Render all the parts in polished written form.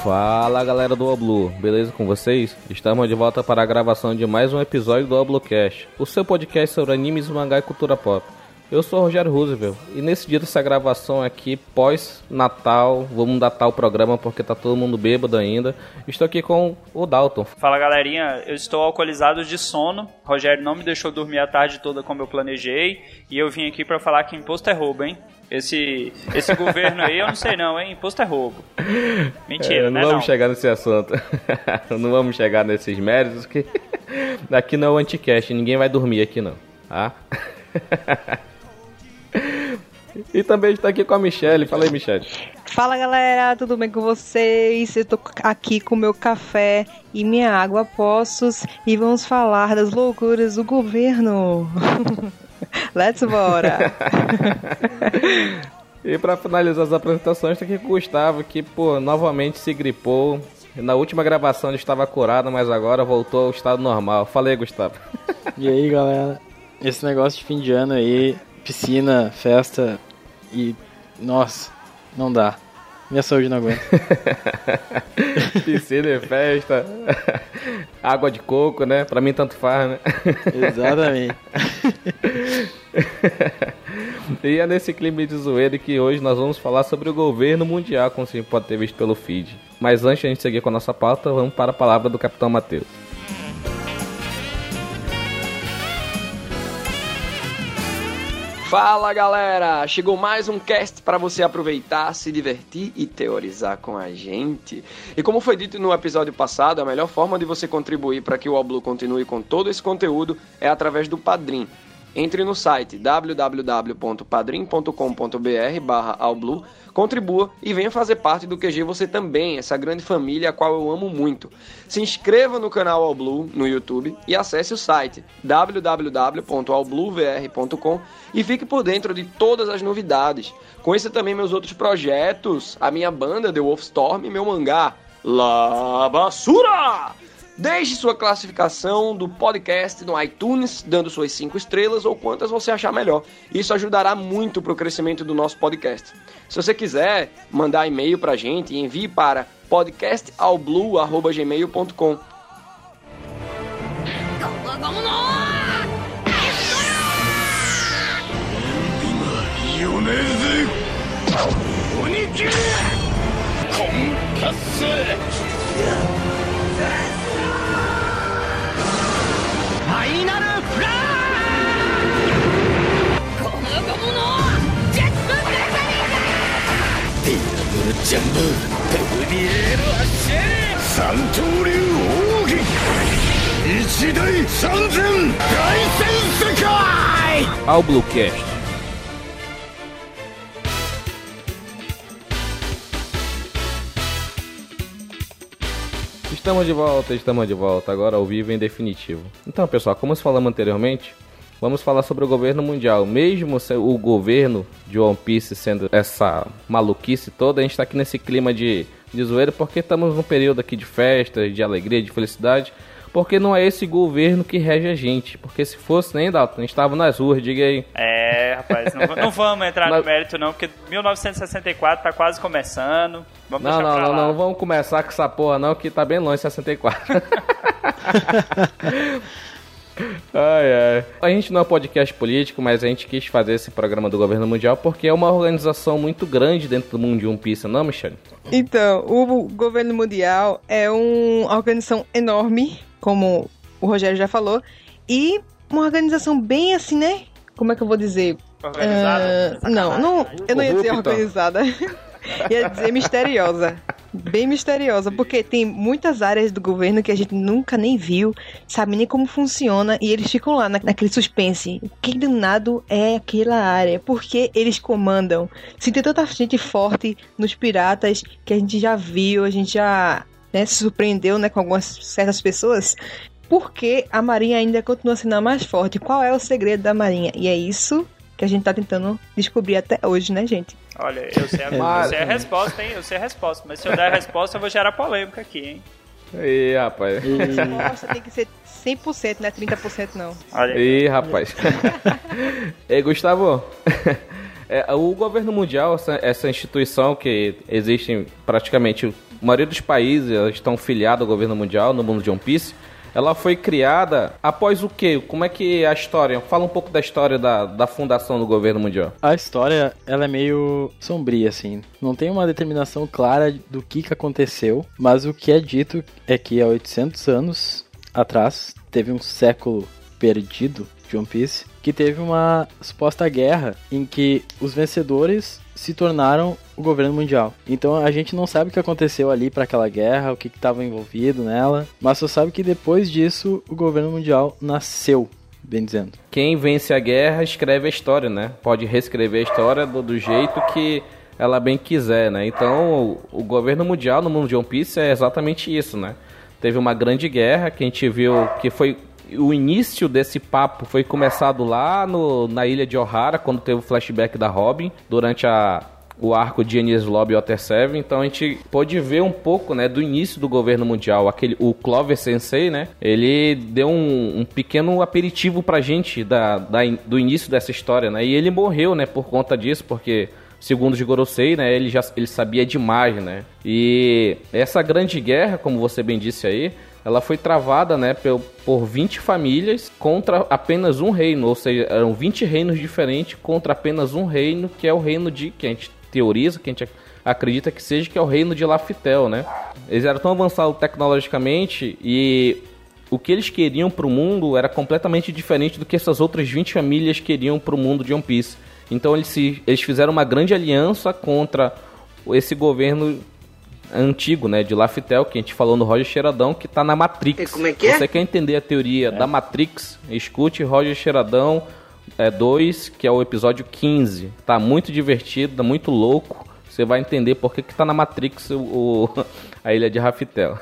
Fala galera do Oblu, beleza com vocês? Estamos de volta para a gravação de mais um episódio do Oblocast, o seu podcast sobre animes, mangá e cultura pop. Eu sou o Rogério Roosevelt e nesse dia dessa gravação aqui, pós-Natal, vamos datar o programa porque tá todo mundo bêbado ainda. Estou aqui com o Dalton. Fala galerinha, eu estou alcoolizado de sono, Rogério não me deixou dormir a tarde toda como eu planejei e eu vim aqui para falar que imposto é roubo, hein? Esse governo aí, eu não sei não, hein? Imposto é roubo. Mentira, não vamos chegar nesse assunto. Não vamos chegar nesses méritos, que aqui não é o Anticast, ninguém vai dormir aqui não, tá? E também está aqui com a Michelle. Fala aí, Michelle. Fala galera, tudo bem com vocês? Eu tô aqui com meu café e minha água Poços e vamos falar das loucuras do governo. Let's bora! E para finalizar as apresentações, tá aqui com o Gustavo, que novamente se gripou. Na última gravação ele estava curado, mas agora voltou ao estado normal. Fala aí, Gustavo. E aí, galera? Esse negócio de fim de ano aí, piscina, festa e... Nossa, não dá. Minha saúde não aguenta. Piscina e festa, água de coco, né? Pra mim tanto faz, né? Exatamente. E é nesse clima de zoeira que hoje nós vamos falar sobre o governo mundial, como você pode ter visto pelo feed. Mas antes de a gente seguir com a nossa pauta, vamos para a palavra do Capitão Matheus. Fala galera, chegou mais um cast para você aproveitar, se divertir e teorizar com a gente. E como foi dito no episódio passado, a melhor forma de você contribuir para que o Oblu continue com todo esse conteúdo é através do Padrim. Entre no site www.padrim.com.br/Alblu, contribua e venha fazer parte do QG você também, essa grande família a qual eu amo muito. Se inscreva no canal Alblu no YouTube e acesse o site www.albluvr.com e fique por dentro de todas as novidades. Conheça também meus outros projetos, a minha banda The Wolfstorm e meu mangá La Basura! Deixe sua classificação do podcast no iTunes, dando suas 5 estrelas ou quantas você achar melhor. Isso ajudará muito para o crescimento do nosso podcast. Se você quiser mandar e-mail para a gente, envie para podcastalblue@gmail.com. Oblocast. Estamos de volta, agora ao vivo em definitivo. Então, pessoal, como falamos anteriormente, vamos falar sobre o governo mundial. Mesmo o governo de One Piece sendo essa maluquice toda, a gente está aqui nesse clima de zoeira porque estamos num período aqui de festa, de alegria, de felicidade. Porque não é esse governo que rege a gente. Porque se fosse, nem Dalton, a gente estava nas ruas, diga aí. Rapaz, não vamos entrar no mérito não, porque 1964 tá quase começando. Não vamos começar com essa porra não, que tá bem longe, 64. Ai. A gente não é um podcast político, mas a gente quis fazer esse programa do governo mundial porque é uma organização muito grande dentro do mundo de One Piece, não, Michelle? Então, o governo mundial é uma organização enorme, como o Rogério já falou, e uma organização bem assim, né? Como é que eu vou dizer? Organizada? Eu não ia dizer organizada. Ia dizer misteriosa. Bem misteriosa, porque tem muitas áreas do governo que a gente nunca nem viu, sabe nem como funciona, e eles ficam lá naquele suspense. O que danado é aquela área? Porque eles comandam. Se tem tanta gente forte nos piratas que a gente já viu, a gente já se surpreendeu com algumas certas pessoas, porque a Marinha ainda continua sendo a mais forte. Qual é o segredo da Marinha? E é isso que a gente tá tentando descobrir até hoje, né, gente? Olha, eu sei a resposta, hein? Eu sei a resposta, mas se eu der a resposta, eu vou gerar polêmica aqui, hein? Ih, rapaz. A resposta tem que ser 100%, não é 30% não. Olha aí. Ih, rapaz. Ei, Gustavo, o governo mundial, essa instituição que existe praticamente maioria dos países estão filiados ao governo mundial no mundo de One Piece. Ela foi criada após o quê? Como é que é a história? Fala um pouco da história da fundação do governo mundial. A história, ela é meio sombria, assim. Não tem uma determinação clara do que aconteceu, mas o que é dito é que há 800 anos atrás, teve um século perdido de One Piece, que teve uma suposta guerra em que os vencedores se tornaram o governo mundial. Então a gente não sabe o que aconteceu ali para aquela guerra, o que estava envolvido nela, mas só sabe que depois disso o governo mundial nasceu, bem dizendo. Quem vence a guerra escreve a história, né? Pode reescrever a história do jeito que ela bem quiser, né? Então o governo mundial no mundo de One Piece é exatamente isso, né? Teve uma grande guerra que a gente viu que foi... O início desse papo foi começado lá na ilha de Ohara, quando teve o flashback da Robin, durante o arco de Enies Lobby e Water 7. Então a gente pôde ver um pouco, né, do início do governo mundial. O Clover Sensei, né, ele deu um pequeno aperitivo pra gente do início dessa história, né, e ele morreu, né, por conta disso, porque... Segundo o Gorosei, né, ele sabia demais, né? E essa grande guerra, como você bem disse aí, ela foi travada, né, por 20 famílias contra apenas um reino. Ou seja, eram 20 reinos diferentes contra apenas um reino, que é o reino que a gente teoriza, que a gente acredita que seja, que é o reino de Laftel, né? Eles eram tão avançados tecnologicamente e... O que eles queriam para o mundo era completamente diferente do que essas outras 20 famílias queriam para o mundo de One Piece. Então eles fizeram uma grande aliança contra esse governo antigo, né, de Laftel, que a gente falou no Roger Xeradão, que está na Matrix. Como é que é? Você quer entender a teoria da Matrix? Escute Roger Xeradão 2, que é o episódio 15. Tá muito divertido, tá muito louco. Você vai entender por que está na Matrix a ilha de Raftel.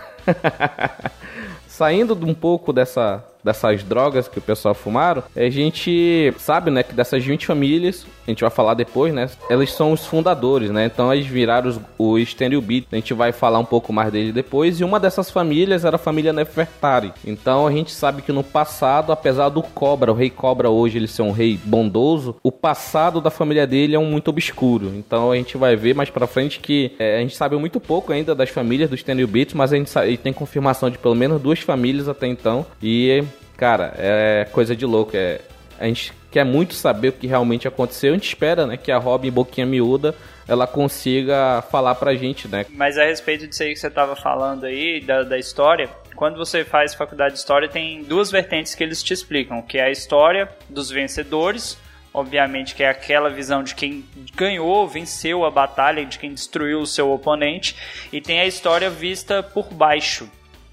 Saindo um pouco dessas drogas que o pessoal fumaram, a gente sabe, né, que dessas 20 famílias, a gente vai falar depois, né, elas são os fundadores, né, então eles viraram os Tenryubito, a gente vai falar um pouco mais deles depois, e uma dessas famílias era a família Nefertari. Então a gente sabe que no passado, apesar do Cobra, o rei Cobra hoje ele ser um rei bondoso, o passado da família dele é muito obscuro. Então a gente vai ver mais pra frente que a gente sabe muito pouco ainda das famílias dos Tenryubito, mas a gente tem confirmação de pelo menos 2 famílias até então, e cara, é coisa de louco. A gente quer muito saber o que realmente aconteceu. A gente espera, né, que a Robin Boquinha Miúda ela consiga falar pra gente, né? Mas a respeito disso aí que você tava falando aí, da história, quando você faz faculdade de história, tem 2 vertentes que eles te explicam, que é a história dos vencedores, obviamente que é aquela visão de quem ganhou, venceu a batalha, de quem destruiu o seu oponente, e tem a história vista por baixo.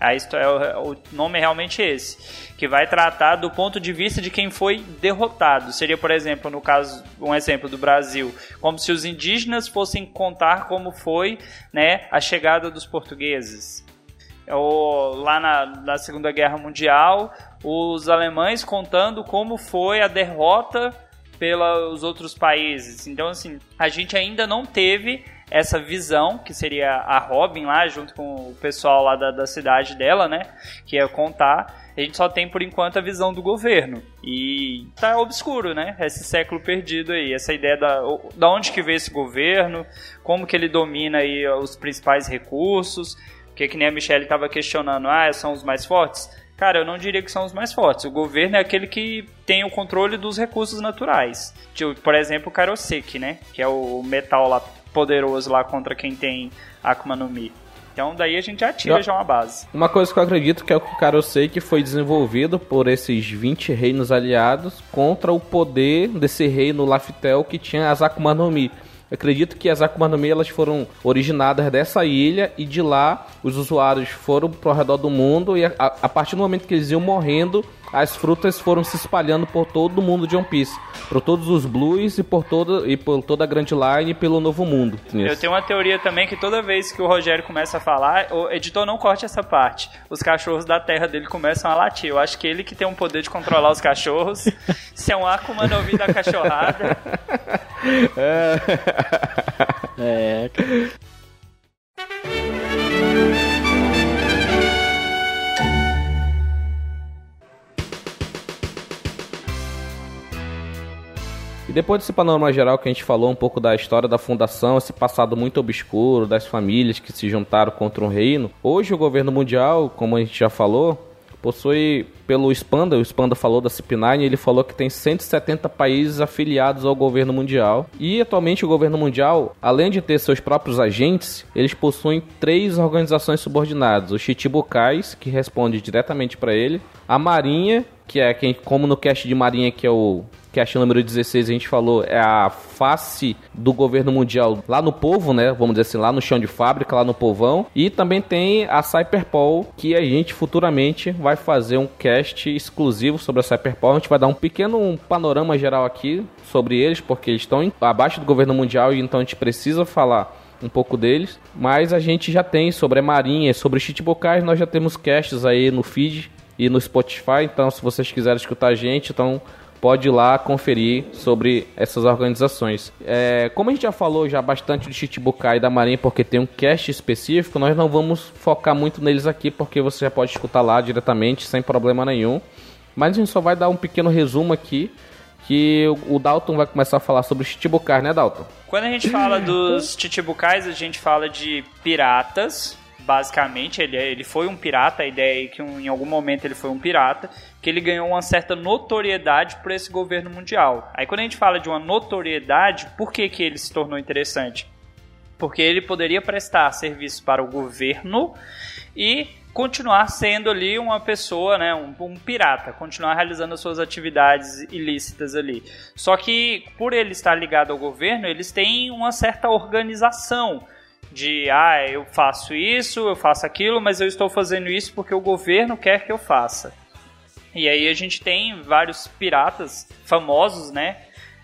O nome é realmente esse, que vai tratar do ponto de vista de quem foi derrotado. Seria, por exemplo, no caso, um exemplo do Brasil, como se os indígenas fossem contar como foi, né, a chegada dos portugueses. Ou lá na Segunda Guerra Mundial, os alemães contando como foi a derrota pelos outros países. Então, assim, a gente ainda não teve essa visão, que seria a Robin lá, junto com o pessoal lá da cidade dela, né, que ia contar. A gente só tem, por enquanto, a visão do governo. E tá obscuro, né, esse século perdido aí, essa ideia da onde que veio esse governo, como que ele domina aí os principais recursos, porque que nem a Michelle estava questionando, são os mais fortes? Cara, eu não diria que são os mais fortes. O governo é aquele que tem o controle dos recursos naturais. Tipo, por exemplo, o Karoseki, né, que é o metal lá poderoso lá contra quem tem Akuma no Mi. Então daí a gente já tira já uma base. Uma coisa que eu acredito que é o Karoseki foi desenvolvido por esses 20 reinos aliados contra o poder desse reino Laftel que tinha as Akuma no Mi. Eu acredito que as Akuma no Mi elas foram originadas dessa ilha e de lá os usuários foram pro redor do mundo e a partir do momento que eles iam morrendo, as frutas foram se espalhando por todo o mundo de One Piece, por todos os Blues e por toda a Grand Line e pelo Novo Mundo. Eu tenho uma teoria também que toda vez que o Rogério começa a falar, o editor não corte essa parte, os cachorros da terra dele começam a latir. Eu acho que ele que tem um poder de controlar os cachorros. Se é um Akuma no Mi da cachorrada. E depois desse panorama geral que a gente falou um pouco da história da fundação, esse passado muito obscuro das famílias que se juntaram contra um reino, hoje o governo mundial, como a gente já falou, possui, pelo Spanda, o Spanda falou da CP9, ele falou que tem 170 países afiliados ao governo mundial. E atualmente o governo mundial, além de ter seus próprios agentes, eles possuem 3 organizações subordinadas. Os Chichibukais, que responde diretamente para ele, a Marinha, que é quem, como no cast de Marinha, que é o cast número 16, a gente falou, é a face do governo mundial lá no povo, né? Vamos dizer assim, lá no chão de fábrica, lá no povão. E também tem a Cyberpol, que a gente futuramente vai fazer um cast exclusivo sobre a Cyberpol. A gente vai dar um pequeno panorama geral aqui sobre eles, porque eles estão abaixo do governo mundial e então a gente precisa falar um pouco deles. Mas a gente já tem sobre a Marinha, sobre os Chichibukais, nós já temos casts aí no feed e no Spotify. Então, se vocês quiserem escutar a gente, então pode ir lá conferir sobre essas organizações. Como a gente já falou já bastante do Chichibukai e da Marinha, porque tem um cast específico, nós não vamos focar muito neles aqui, porque você já pode escutar lá diretamente, sem problema nenhum. Mas a gente só vai dar um pequeno resumo aqui, que o Dalton vai começar a falar sobre os Chichibukais, né, Dalton? Quando a gente fala dos Chichibukais, a gente fala de piratas. Basicamente, ele foi um pirata, a ideia é que em algum momento ele foi um pirata, que ele ganhou uma certa notoriedade por esse governo mundial. Aí quando a gente fala de uma notoriedade, por que ele se tornou interessante? Porque ele poderia prestar serviço para o governo e continuar sendo ali uma pessoa, né, um pirata, continuar realizando as suas atividades ilícitas ali. Só que por ele estar ligado ao governo, eles têm uma certa organização, de, eu faço isso, eu faço aquilo, mas eu estou fazendo isso porque o governo quer que eu faça. E aí a gente tem vários piratas famosos, né?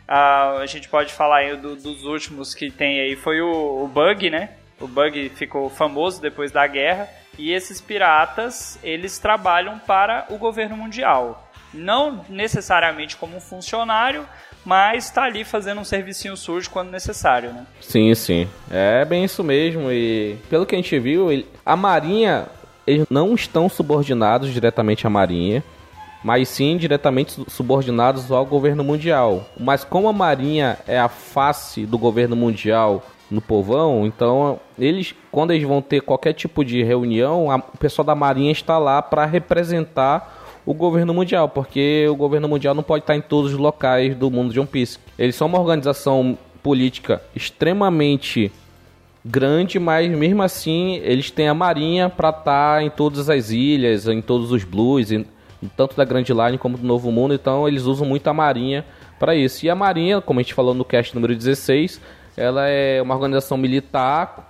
A gente pode falar aí dos últimos que tem aí, foi o Bug, né? O Bug ficou famoso depois da guerra. E esses piratas, eles trabalham para o governo mundial. Não necessariamente como um funcionário, mas tá ali fazendo um servicinho sujo quando necessário, né? Sim, sim. É bem isso mesmo. E pelo que a gente viu, a Marinha, eles não estão subordinados diretamente à Marinha, mas sim diretamente subordinados ao governo mundial. Mas como a Marinha é a face do governo mundial no povão, então quando eles vão ter qualquer tipo de reunião, o pessoal da Marinha está lá para representar o governo mundial, porque o governo mundial não pode estar em todos os locais do mundo de One Piece. Eles são uma organização política extremamente grande, mas mesmo assim eles têm a Marinha para estar em todas as ilhas, em todos os Blues, tanto da Grand Line como do Novo Mundo, então eles usam muito a Marinha para isso. E a Marinha, como a gente falou no cast número 16, ela é uma organização militar,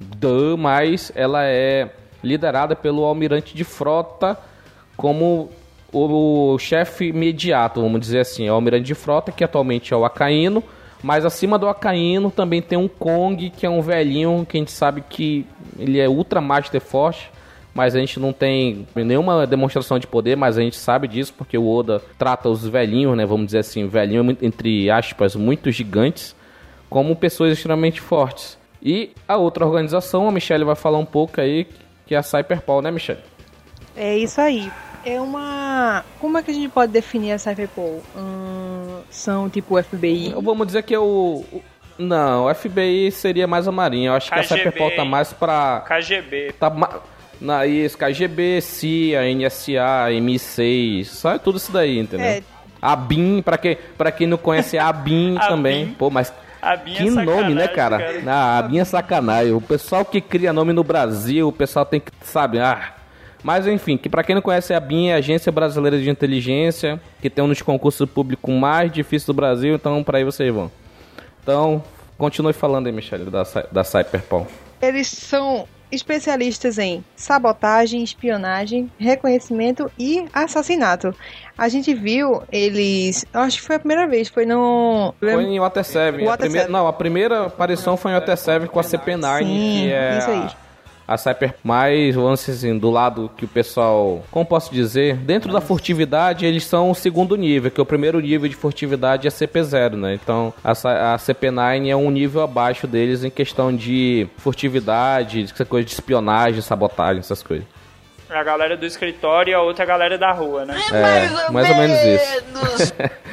mas ela é liderada pelo almirante de frota como o chefe imediato, vamos dizer assim. É o almirante de frota, que atualmente é o Akaino, mas acima do Akaino também tem um Kong, que é um velhinho, que a gente sabe que ele é ultra master forte, mas a gente não tem nenhuma demonstração de poder, mas a gente sabe disso, porque o Oda trata os velhinhos, né, vamos dizer assim, velhinho entre aspas, muito gigantes, como pessoas extremamente fortes. E a outra organização, a Michelle vai falar um pouco aí, que é a Cyberpol, né, Michelle? É isso aí. É uma... Como é que a gente pode definir a Cyberpol? São tipo o FBI? Vamos dizer que Não, o FBI seria mais a Marinha. Eu acho KGB, que a Cyberpol tá mais pra... KGB. Isso, KGB, CIA, NSA, MI6, sabe tudo isso daí, entendeu? A BIM, pra quem não conhece, a BIM também. BIM. Pô, mas que nome, né, cara? A BIM é sacanagem. O pessoal que cria nome no Brasil, o pessoal tem que, sabe, Mas enfim, que pra quem não conhece, a BIM é a Agência Brasileira de Inteligência, que tem um dos concursos públicos mais difíceis do Brasil, então pra aí vocês vão. Então, continue falando aí, Michelle, da Cyberpol. Eles são especialistas em sabotagem, espionagem, reconhecimento e assassinato. A gente viu eles... Acho que foi a primeira vez, foi em Water 7. A primeira aparição foi em Water 7 com a CP9, Sim, que é... isso aí. A Cyber, mais, vamos dizer assim, do lado que o pessoal, como posso dizer, dentro da furtividade, eles são o segundo nível, que o primeiro nível de furtividade é CP0, né? Então, a CP9 é um nível abaixo deles em questão de furtividade, essa coisa de espionagem, sabotagem, essas coisas. A galera do escritório e a outra galera da rua, né? Mais ou menos isso.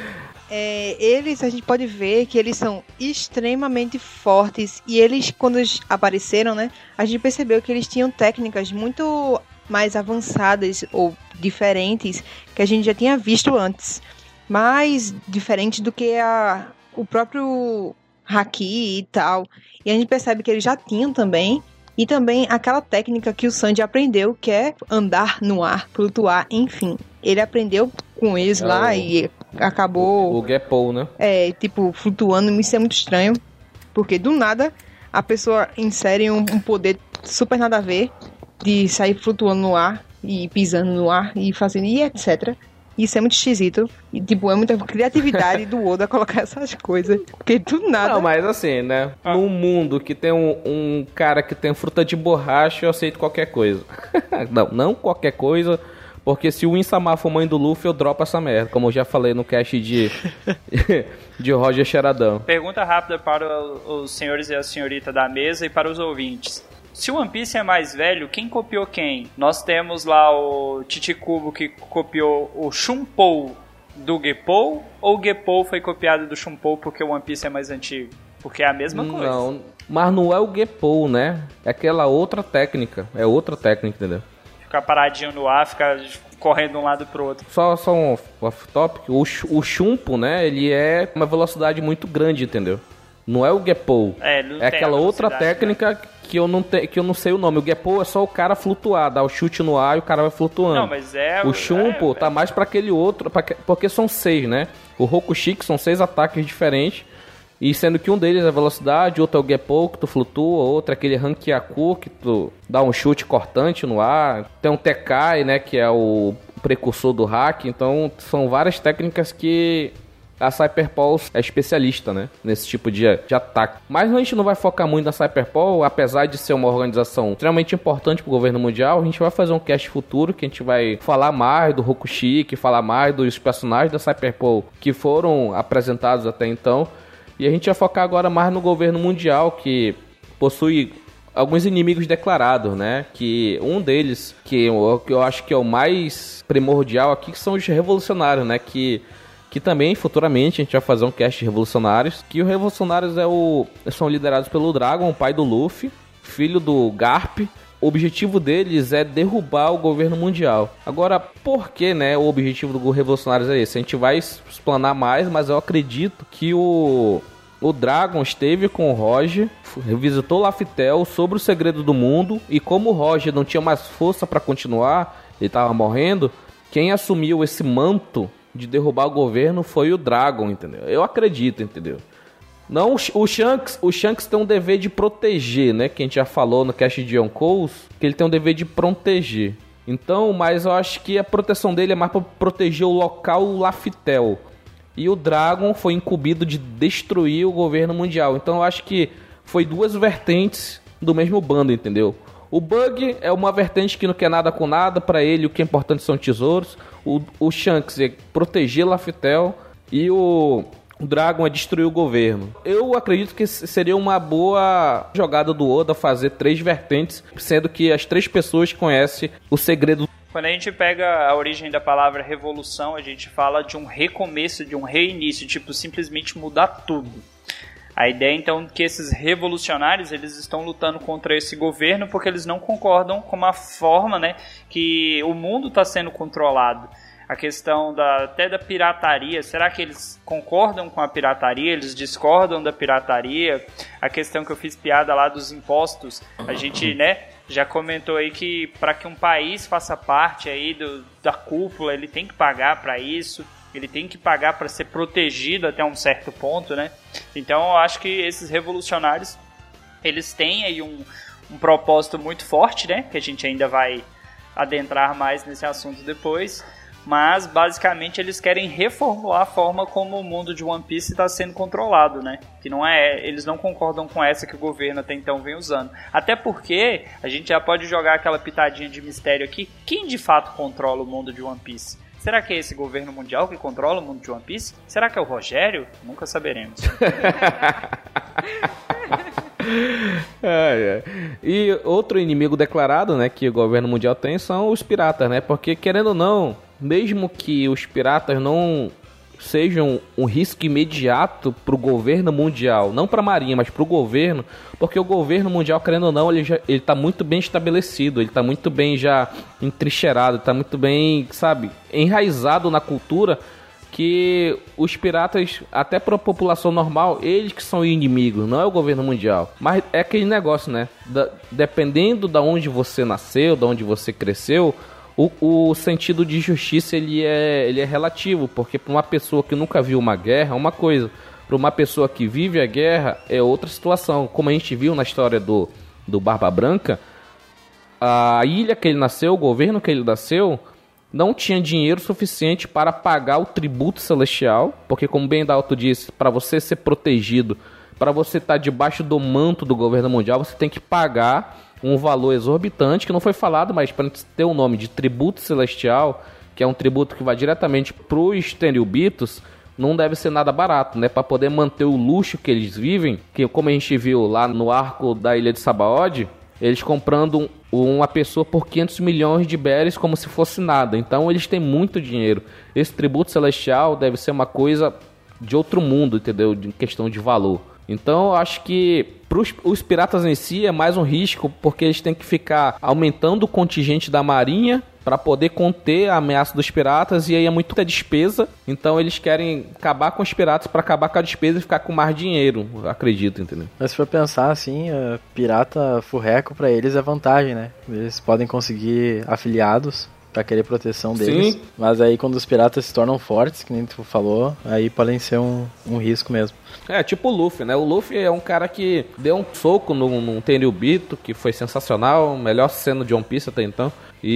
eles, a gente pode ver que eles são extremamente fortes. E eles, quando eles apareceram, né? A gente percebeu que eles tinham técnicas muito mais avançadas ou diferentes que a gente já tinha visto antes. Mais diferentes do que o próprio Haki e tal. E a gente percebe que eles já tinham também. E também aquela técnica que o Sanji aprendeu, que é andar no ar, flutuar, enfim. Ele aprendeu com eles lá e acabou... O Geppo, né? Flutuando. Isso é muito estranho. Porque do nada a pessoa insere um poder super nada a ver de sair flutuando no ar e pisando no ar e fazendo e etc. Isso é muito esquisito. E, é muita criatividade do Oda colocar essas coisas. Porque do nada... Não, mas assim, né? Num mundo que tem um cara que tem fruta de borracha, eu aceito qualquer coisa. não qualquer coisa, porque se o Insama for mãe do Luffy, eu dropo essa merda. Como eu já falei no cast de Roger Xeradão. Pergunta rápida para os senhores e a senhorita da mesa e para os ouvintes. Se o One Piece é mais velho, quem copiou quem? Nós temos lá o Chichikubo que copiou o Shunpou do Geppo, ou o Geppo foi copiado do Shunpou porque o One Piece é mais antigo? Porque é a mesma coisa. Não, mas não é o Geppo, né? É aquela outra técnica. É outra técnica, entendeu? Ficar paradinho no ar, ficar correndo de um lado pro outro. Só um off-topic. O Shunpo, né? Ele é uma velocidade muito grande, entendeu? Não é o Geppo. É aquela outra técnica, né? que eu não sei o nome. O Geppo é só o cara flutuar, dar o chute no ar e o cara vai flutuando. Não, mas o Shunpo tá mais pra aquele outro, porque são 6, né? O Rokushiki são 6 ataques diferentes, e sendo que um deles é velocidade, outro é o Geppo, que tu flutua, outro é aquele Hankyaku, que tu dá um chute cortante no ar. Tem um Tekai, né, que é o precursor do hack. Então são várias técnicas que... A Cyberpulse é especialista, né? Nesse tipo de ataque. Mas a gente não vai focar muito na Cyberpulse, apesar de ser uma organização extremamente importante para o governo mundial. A gente vai fazer um cast futuro que a gente vai falar mais do Rokushiki, falar mais dos personagens da Cyberpulse que foram apresentados até então. E a gente vai focar agora mais no governo mundial, que possui alguns inimigos declarados, né? Que um deles, que eu acho que é o mais primordial aqui, que são os revolucionários, né? Que também, futuramente, a gente vai fazer um cast de revolucionários. Que os revolucionários são liderados pelo Dragon, o pai do Luffy, filho do Garp. O objetivo deles é derrubar o governo mundial. Agora, por que, né, o objetivo do revolucionários é esse? A gente vai explanar mais, mas eu acredito que o Dragon esteve com o Roger, visitou Laftel sobre o segredo do mundo. E como o Roger não tinha mais força para continuar, ele estava morrendo, quem assumiu esse manto de derrubar o governo foi o Dragon, entendeu? Eu acredito, entendeu? Não, o Shanks tem um dever de proteger, né? Que a gente já falou no cast de Yonkous, que ele tem um dever de proteger. Então, mas eu acho que a proteção dele é mais para proteger o local Laftel. E o Dragon foi incumbido de destruir o governo mundial. Então eu acho que foi duas vertentes do mesmo bando, entendeu? O Bug é uma vertente que não quer nada com nada. Pra ele o que é importante são tesouros. O Shanks é proteger Laftel. E o Dragon é destruir o governo. Eu acredito que seria uma boa jogada do Oda fazer 3 vertentes, sendo que as 3 pessoas conhecem o segredo. Quando a gente pega a origem da palavra revolução, a gente fala de um recomeço, de um reinício, tipo, simplesmente mudar tudo. A ideia, então, é que esses revolucionários, eles estão lutando contra esse governo porque eles não concordam com a forma, né, que o mundo está sendo controlado. A questão até da pirataria, será que eles concordam com a pirataria? Eles discordam da pirataria? A questão que eu fiz piada lá dos impostos, a gente, né, já comentou aí que para que um país faça parte aí da cúpula, ele tem que pagar para isso. Ele tem que pagar para ser protegido até um certo ponto, né? Então eu acho que esses revolucionários, eles têm aí um propósito muito forte, né? Que a gente ainda vai adentrar mais nesse assunto depois. Mas basicamente eles querem reformular a forma como o mundo de One Piece está sendo controlado, né? Que não é, eles não concordam com essa que o governo até então vem usando. Até porque a gente já pode jogar aquela pitadinha de mistério aqui. Quem de fato controla o mundo de One Piece? Será que é esse governo mundial que controla o mundo de One Piece? Será que é o Rogério? Nunca saberemos. E outro inimigo declarado, né, que o governo mundial tem são os piratas, né? Porque, querendo ou não, mesmo que os piratas não sejam um risco imediato para o governo mundial, não para a Marinha, mas para o governo, porque o governo mundial, querendo ou não, ele está muito bem estabelecido, ele está muito bem já entrincheirado, está muito bem, sabe, enraizado na cultura, que os piratas, até para a população normal, eles que são inimigos, não é o governo mundial. Mas é aquele negócio, né? Dependendo de onde você nasceu, de onde você cresceu, o sentido de justiça ele é relativo, porque para uma pessoa que nunca viu uma guerra é uma coisa, para uma pessoa que vive a guerra é outra situação. Como a gente viu na história do Barba Branca, a ilha que ele nasceu, o governo que ele nasceu, não tinha dinheiro suficiente para pagar o tributo celestial, porque como bem Dalton disse, para você ser protegido, para você estar debaixo do manto do governo mundial, você tem que pagar um valor exorbitante, que não foi falado, mas para ter o nome de tributo celestial, que é um tributo que vai diretamente para os Tenryubitos, não deve ser nada barato, né? Para poder manter o luxo que eles vivem, que como a gente viu lá no arco da ilha de Sabaody, eles comprando uma pessoa por 500 milhões de berries como se fosse nada. Então eles têm muito dinheiro. Esse tributo celestial deve ser uma coisa de outro mundo, entendeu? De questão de valor. Então eu acho que para os piratas em si é mais um risco, porque eles têm que ficar aumentando o contingente da marinha para poder conter a ameaça dos piratas, e aí é muita despesa. Então eles querem acabar com os piratas para acabar com a despesa e ficar com mais dinheiro, acredito, entendeu? Mas se for pensar assim, pirata furreco para eles é vantagem, né? Eles podem conseguir afiliados para querer proteção deles. Sim. Mas aí quando os piratas se tornam fortes, que nem tu falou, aí podem ser um risco mesmo. É, tipo o Luffy, né? O Luffy é um cara que deu um soco num Tenryubito, que foi sensacional, melhor cena de One Piece até então.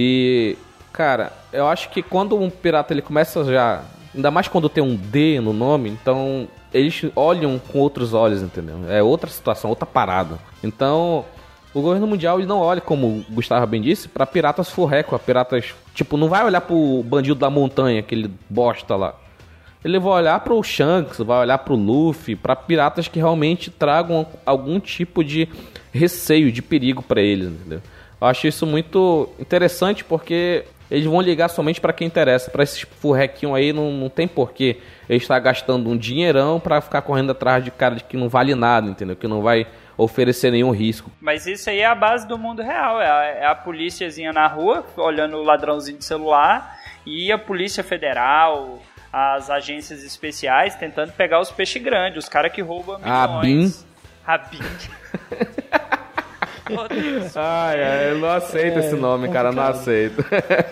E, cara, eu acho que quando um pirata ele começa já, ainda mais quando tem um D no nome, então eles olham com outros olhos, entendeu? É outra situação, outra parada. Então, o governo mundial ele não olha, como o Gustavo bem disse, pra piratas furreco, piratas, tipo, não vai olhar pro bandido da montanha, aquele bosta lá. Ele vai olhar pro Shanks, vai olhar pro Luffy, pra piratas que realmente tragam algum tipo de receio, de perigo pra eles, entendeu? Eu acho isso muito interessante, porque eles vão ligar somente pra quem interessa. Pra esses furrequinhos aí não tem porquê eles estar gastando um dinheirão pra ficar correndo atrás de cara que não vale nada, entendeu? Que não vai oferecer nenhum risco. Mas isso aí é a base do mundo real, é a políciazinha na rua olhando o ladrãozinho de celular e a Polícia Federal, as agências especiais tentando pegar os peixes grandes, os caras que roubam milhões. Rabin. Eu não aceito esse nome, cara, não aceito.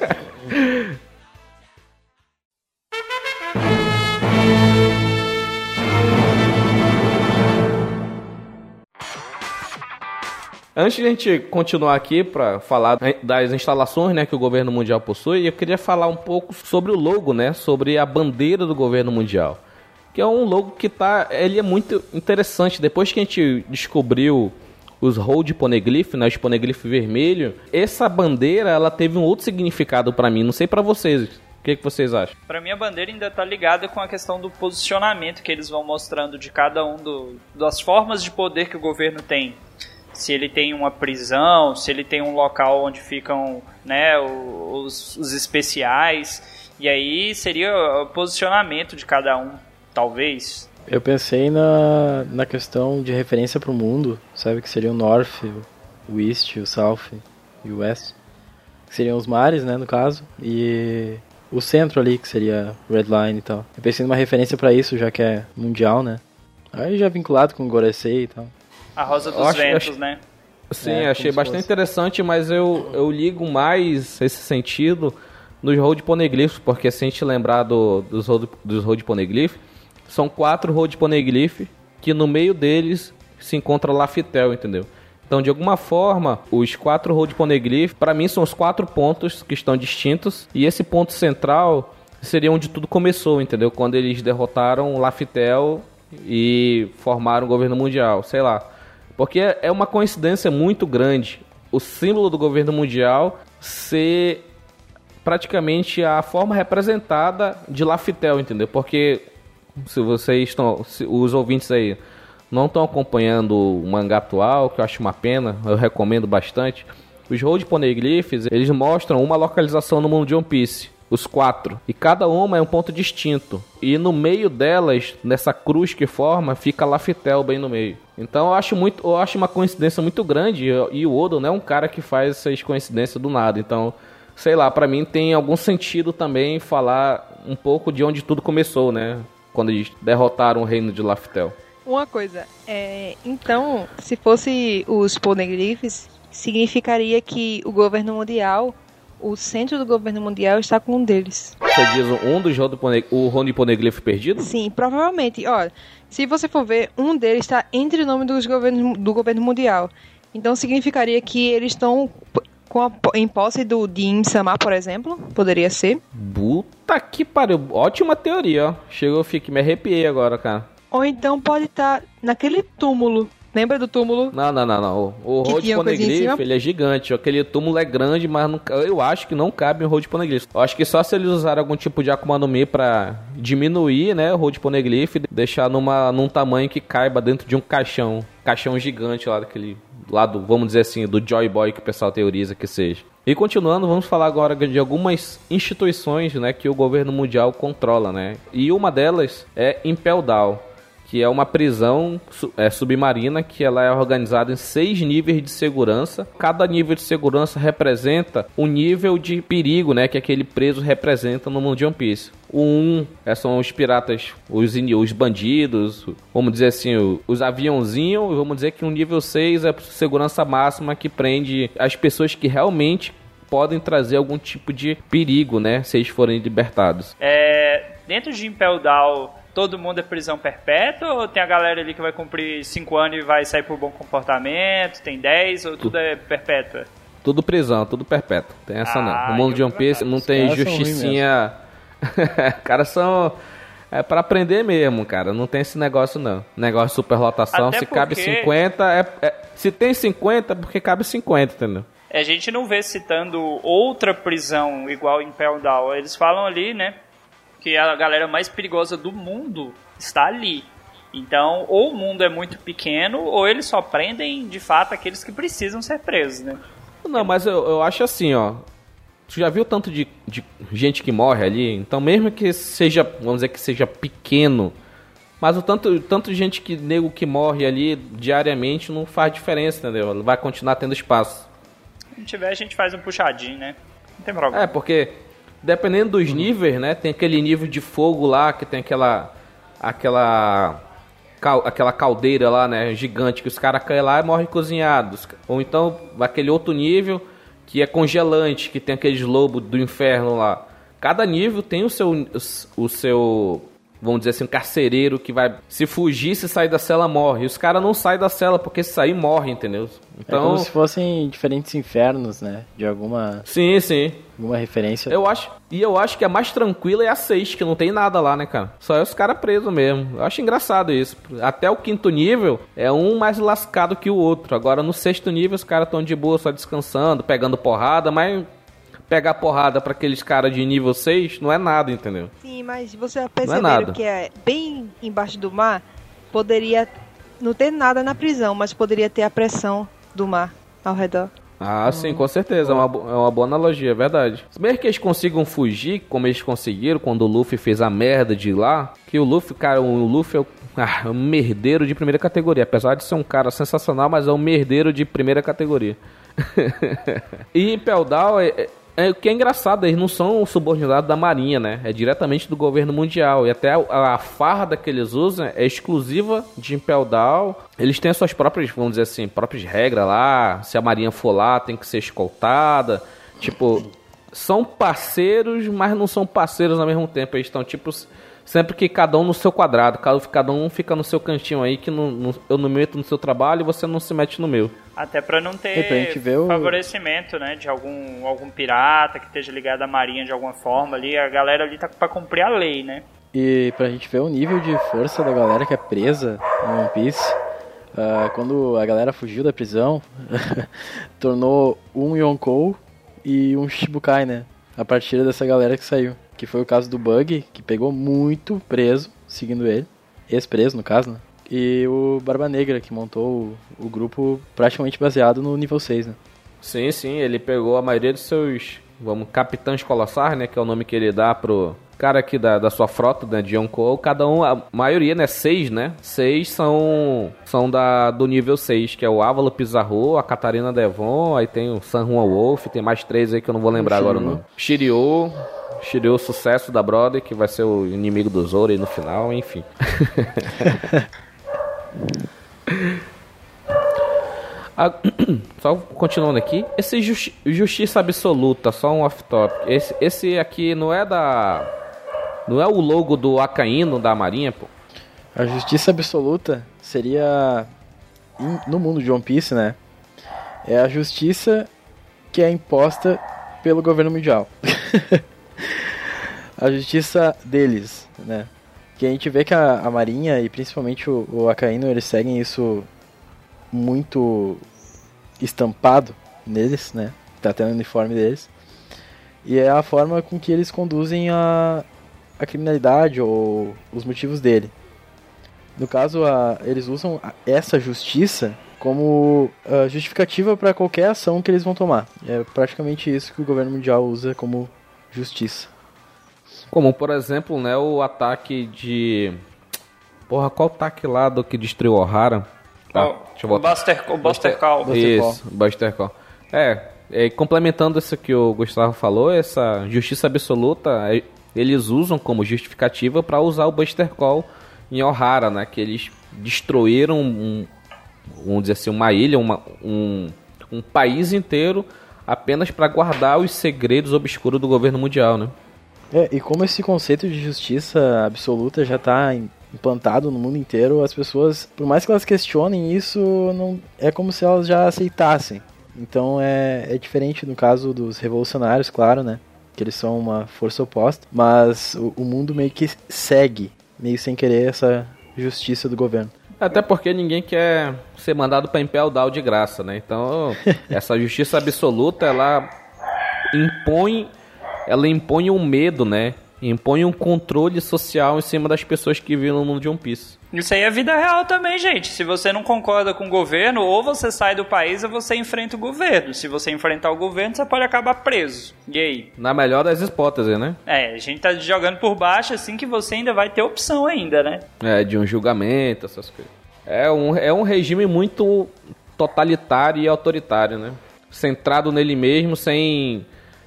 Antes de a gente continuar aqui para falar das instalações, né, que o governo mundial possui, eu queria falar um pouco sobre o logo, né, sobre a bandeira do governo mundial, que é um logo que ele é muito interessante. Depois que a gente descobriu os Road Poneglyph, né, os Poneglyph vermelho, essa bandeira ela teve um outro significado para mim, não sei para vocês. O que vocês acham? Pra mim a bandeira ainda tá ligada com a questão do posicionamento que eles vão mostrando de cada um das formas de poder que o governo tem. Se ele tem uma prisão, se ele tem um local onde ficam, né, os especiais. E aí seria o posicionamento de cada um, talvez. Eu pensei na questão de referência para o mundo, sabe? Que seria o North, o East, o South e o West. Que seriam os mares, né, no caso. E o centro ali, que seria Red Line e tal. Eu pensei numa referência para isso, já que é mundial, né? Aí já vinculado com o Gorosei e tal. A Rosa dos Ventos, né? Sim, achei bastante interessante, mas eu ligo mais esse sentido nos Road Poneglyphs, porque se a gente lembrar dos Road Poneglyphs, são 4 Road Poneglyphs que no meio deles se encontra Laftel, entendeu? Então, de alguma forma, os 4 Road Poneglyphs, para mim, são os 4 pontos que estão distintos, e esse ponto central seria onde tudo começou, entendeu? Quando eles derrotaram Laftel e formaram o governo mundial, sei lá. Porque é uma coincidência muito grande o símbolo do governo mundial ser praticamente a forma representada de Laftel, entendeu? Porque se os ouvintes aí não estão acompanhando o mangá atual, que eu acho uma pena, eu recomendo bastante. Os Road Poneglyphs, eles mostram uma localização no mundo de One Piece. os 4. E cada uma é um ponto distinto. E no meio delas, nessa cruz que forma, fica Laftel bem no meio. Então eu acho uma coincidência muito grande. E o Odo não é um cara que faz essas coincidências do nada. Então, sei lá, pra mim tem algum sentido também falar um pouco de onde tudo começou, né? Quando eles derrotaram o reino de Laftel. Uma coisa, então, se fosse os Poneglyphs, significaria que o governo mundial, o centro do governo mundial está com um deles. Você diz o Rony Poneglyph perdido? Sim, provavelmente. Olha, se você for ver, um deles está entre o nome do governo mundial. Então significaria que eles estão em posse de Im-Sama, por exemplo. Poderia ser. Puta que pariu. Ótima teoria, ó. Chegou, me arrepiei agora, cara. Ou então pode estar naquele túmulo. Lembra do túmulo? Não. O Rony Poneglyph, ele é gigante. Aquele túmulo é grande, mas eu acho que não cabe em Rony Poneglyph. Eu acho que só se eles usarem algum tipo de Akuma no Mi pra diminuir, né, o Rony Poneglyph, deixar num tamanho que caiba dentro de um caixão gigante lá daquele lado, vamos dizer assim, do Joy Boy que o pessoal teoriza que seja. E continuando, vamos falar agora de algumas instituições, né, que o governo mundial controla, né? E uma delas é Impel Down, que é uma prisão submarina que ela é organizada em 6 níveis de segurança. Cada nível de segurança representa um nível de perigo, né, que aquele preso representa no mundo de One Piece. O 1 são os piratas, os bandidos, vamos dizer assim, os aviãozinhos. Vamos dizer que o nível 6 é a segurança máxima que prende as pessoas que realmente podem trazer algum tipo de perigo, né, se eles forem libertados. Dentro de Impel Down, todo mundo é prisão perpétua ou tem a galera ali que vai cumprir 5 anos e vai sair por bom comportamento, tem 10 ou tudo é perpétua? Tudo prisão, tudo perpétuo. Tem essa não. No mundo de One Piece não tem justicinha. Caras são... É pra aprender mesmo, cara. Não tem esse negócio não. Negócio de superlotação. Até se porque... cabe 50, se tem 50 é porque cabe 50, entendeu? A gente não vê citando outra prisão igual em Impel Down. Eles falam ali, né, que a galera mais perigosa do mundo está ali. Então, ou o mundo é muito pequeno, ou eles só prendem, de fato, aqueles que precisam ser presos, né? Não, mas eu acho assim, ó. Tu já viu tanto de gente que morre ali? Então, mesmo que seja, vamos dizer que seja pequeno, mas o tanto de gente que morre ali diariamente não faz diferença, entendeu? Vai continuar tendo espaço. Se tiver, a gente faz um puxadinho, né? Não tem problema. Porque... dependendo dos níveis, né? Tem aquele nível de fogo lá, que tem aquela caldeira lá, né? Gigante, que os caras caem lá e morrem cozinhados. Ou então, aquele outro nível, que é congelante, que tem aqueles lobos do inferno lá. Cada nível tem o seu, vamos dizer assim, um carcereiro que vai... se fugir, se sair da cela, morre. E os caras não saem da cela, porque se sair, morre, entendeu? Então... é como se fossem diferentes infernos, né? De alguma... Sim. Alguma referência. Eu acho que a mais tranquila é a 6, que não tem nada lá, né, cara? Só é os caras presos mesmo. Eu acho engraçado isso. Até o 5º nível é um mais lascado que o outro. Agora no 6º nível os caras estão de boa, só descansando, pegando porrada, mas... pegar porrada pra aqueles caras de nível 6 não é nada, entendeu? Sim, mas você percebeu que é bem embaixo do mar, poderia não ter nada na prisão, mas poderia ter a pressão do mar ao redor. Sim, com certeza, é uma boa analogia, é verdade. Mesmo que eles consigam fugir, como eles conseguiram quando o Luffy fez a merda de ir lá, que o Luffy, cara, o Luffy é um merdeiro de primeira categoria, apesar de ser um cara sensacional, mas é um merdeiro de primeira categoria. E Impel Down o que é engraçado, eles não são subordinados da Marinha, né? É diretamente do governo mundial. E até a farda que eles usam é exclusiva de Impel Down. Eles têm as suas próprias, vamos dizer assim, próprias regras lá. Se a Marinha for lá, tem que ser escoltada. Tipo, são parceiros, mas não são parceiros ao mesmo tempo. Eles estão, tipo, sempre que cada um no seu quadrado. Cada um fica no seu cantinho aí, que eu não me meto no seu trabalho e você não se mete no meu. Até pra não ter favorecimento, né, de algum pirata que esteja ligado à marinha de alguma forma ali. A galera ali tá pra cumprir a lei, né? E pra gente ver o nível de força da galera que é presa no One Piece, quando a galera fugiu da prisão, tornou um Yonkou e um Shichibukai, né? A partir dessa galera que saiu. Que foi o caso do Bug, que pegou muito preso, seguindo ele. Ex-preso, no caso, né? E o Barba Negra, que montou o grupo praticamente baseado no nível 6, né? Sim, ele pegou a maioria dos seus vamos, capitães colossais, né, que é o nome que ele dá pro cara aqui da sua frota, né, de Yonkou. Cada um, a maioria, né, 6, né, 6 são do nível 6, que é o Ávalo Pizarro, a Catarina Devon, aí tem o San Juan Wolf, tem mais 3 aí que eu não vou lembrar agora o nome. Shiryu, sucesso da Brother, que vai ser o inimigo do Zoro aí no final, enfim. Só continuando aqui, esse Justiça Absoluta, só um off-top. Esse aqui não é o logo do Akainu da Marinha, pô? A Justiça Absoluta seria, no mundo de One Piece, né? É a justiça que é imposta pelo governo mundial. A justiça deles, né? Que a gente vê que a Marinha e principalmente o Akainu, eles seguem isso muito estampado neles, né? Tá até no uniforme deles. E é a forma com que eles conduzem a criminalidade ou os motivos dele. No caso, eles usam essa justiça como justificativa para qualquer ação que eles vão tomar. É praticamente isso que o governo mundial usa como justiça. Como, por exemplo, né, o ataque de... Porra, qual ataque lá do que destruiu Ohara? Deixa eu voltar. O Buster Call. Isso, Buster Call. Complementando isso que o Gustavo falou, essa justiça absoluta, eles usam como justificativa para usar o Buster Call em Ohara, né? Que eles destruíram, vamos dizer assim, uma ilha, um país inteiro apenas para guardar os segredos obscuros do governo mundial, né? E como esse conceito de justiça absoluta já está implantado no mundo inteiro, as pessoas, por mais que elas questionem isso, não é como se elas já aceitassem. Então é diferente no caso dos revolucionários, claro, né? Que eles são uma força oposta, mas o mundo meio que segue, meio sem querer, essa justiça do governo. Até porque ninguém quer ser mandado para Impel Down de graça, né? Então, essa justiça absoluta, ela impõe um medo, né? Impõe um controle social em cima das pessoas que vivem no mundo de One Piece. Isso aí é vida real também, gente. Se você não concorda com o governo, ou você sai do país ou você enfrenta o governo. Se você enfrentar o governo, você pode acabar preso. E aí? Na melhor das hipóteses, né? A gente tá jogando por baixo assim que você ainda vai ter opção ainda, né? De um julgamento, essas coisas. É um regime muito totalitário e autoritário, né? Centrado nele mesmo, sem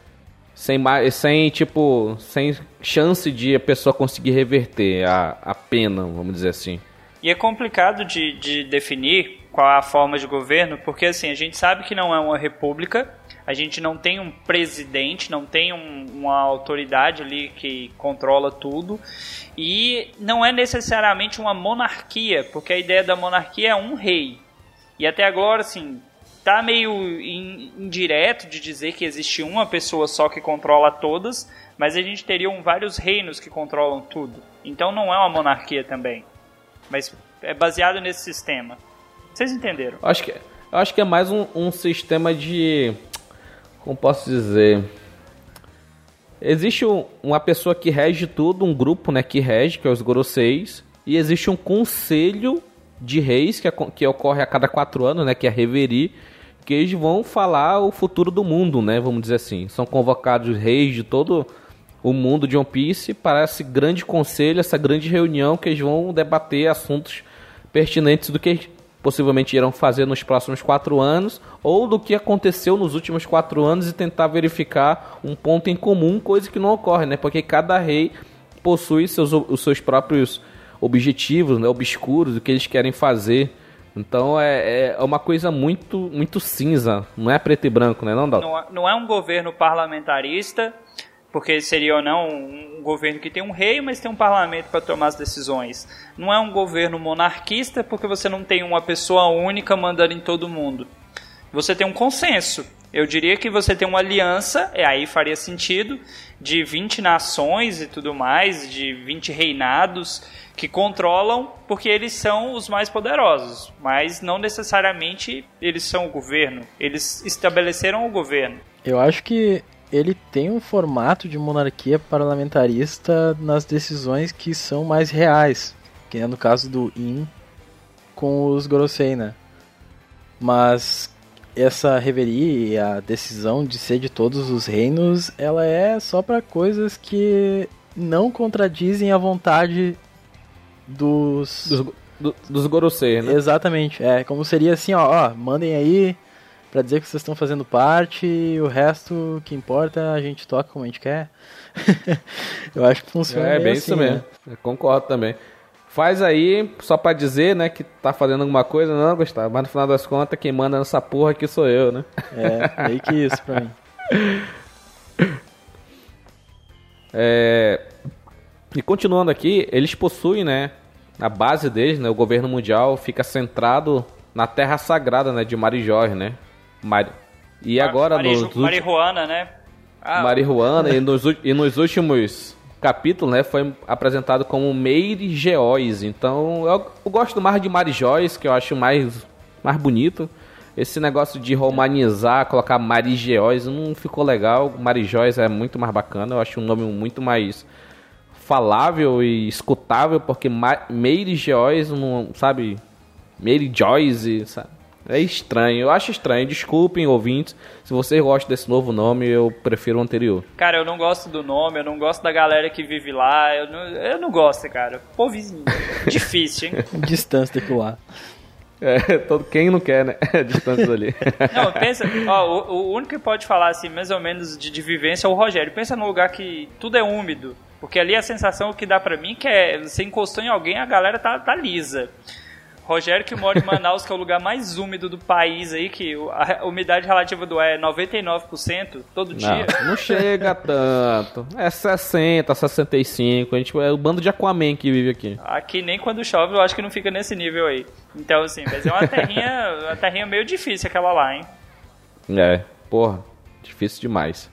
chance de a pessoa conseguir reverter a pena, vamos dizer assim. E é complicado de definir qual é a forma de governo, porque assim, a gente sabe que não é uma república, a gente não tem um presidente, não tem uma autoridade ali que controla tudo, e não é necessariamente uma monarquia, porque a ideia da monarquia é um rei. E até agora, assim, tá meio indireto de dizer que existe uma pessoa só que controla todas, mas a gente teria vários reinos que controlam tudo. Então não é uma monarquia também, mas é baseado nesse sistema. Vocês entenderam? Eu acho que é mais um sistema de... Como posso dizer? Existe uma pessoa que rege tudo, um grupo, né, que rege, que é os Goroseis, e existe um conselho de reis que ocorre a cada 4 anos, né, que é a Reverie, que eles vão falar o futuro do mundo, né, vamos dizer assim. São convocados reis de todo o mundo de One Piece para esse grande conselho, essa grande reunião que eles vão debater assuntos pertinentes do que possivelmente irão fazer nos próximos 4 anos ou do que aconteceu nos últimos 4 anos e tentar verificar um ponto em comum, coisa que não ocorre, né, porque cada rei possui os seus próprios objetivos, né, obscuros, do que eles querem fazer. Então é uma coisa muito, muito cinza, não é preto e branco, né, não, Dalton? Não é um governo parlamentarista, porque seria ou não um governo que tem um rei, mas tem um parlamento para tomar as decisões. Não é um governo monarquista, porque você não tem uma pessoa única mandando em todo mundo. Você tem um consenso. Eu diria que você tem uma aliança, aí faria sentido, de 20 nações e tudo mais, de 20 reinados que controlam, porque eles são os mais poderosos, mas não necessariamente eles são o governo, eles estabeleceram o governo. Eu acho que ele tem um formato de monarquia parlamentarista nas decisões que são mais reais, que é no caso do In com os Gorosei, né? Mas essa reverie e a decisão de ser de todos os reinos, ela é só para coisas que não contradizem a vontade dos Gorosei, né? Exatamente. Como seria assim, ó, mandem aí pra dizer que vocês estão fazendo parte e o resto que importa a gente toca como a gente quer. Eu acho que funciona bem assim, isso mesmo. Né? Eu concordo também. Faz aí só pra dizer, né, que tá fazendo alguma coisa, não, Gustavo, mas no final das contas quem manda nessa porra aqui sou eu, né? Meio que isso pra mim. E continuando aqui, eles possuem, né, a base deles, né, o governo mundial fica centrado na terra sagrada, né, de Marijós, né? E agora Marihuana, né? Marihuana, e nos últimos capítulos, né, foi apresentado como Meirijós. Então, eu gosto mais de Marijós, que eu acho mais bonito. Esse negócio de romanizar, colocar Marijós, não ficou legal. Marijós é muito mais bacana, eu acho um nome muito mais falável e escutável, porque Meirijós, não, sabe? Meirijós, sabe? É estranho, eu acho estranho. Desculpem, ouvintes, se vocês gostam desse novo nome, eu prefiro o anterior. Cara, eu não gosto do nome, eu não gosto da galera que vive lá, eu não gosto, cara. Povozinho, difícil, hein? Distância daquilo Quem não quer, né? Distância ali. Não, pensa, o único que pode falar assim, mais ou menos de vivência é o Rogério. Pensa num lugar que tudo é úmido, porque ali a sensação que dá pra mim que é, você encostou em alguém, a galera tá lisa. Rogério, que mora em Manaus, que é o lugar mais úmido do país aí, que a umidade relativa do ar é 99% todo dia. Não chega tanto. É 60, 65. A gente é o bando de Aquaman que vive aqui. Aqui nem quando chove eu acho que não fica nesse nível aí. Então, assim, mas é uma terrinha meio difícil aquela lá, hein? Porra, difícil demais.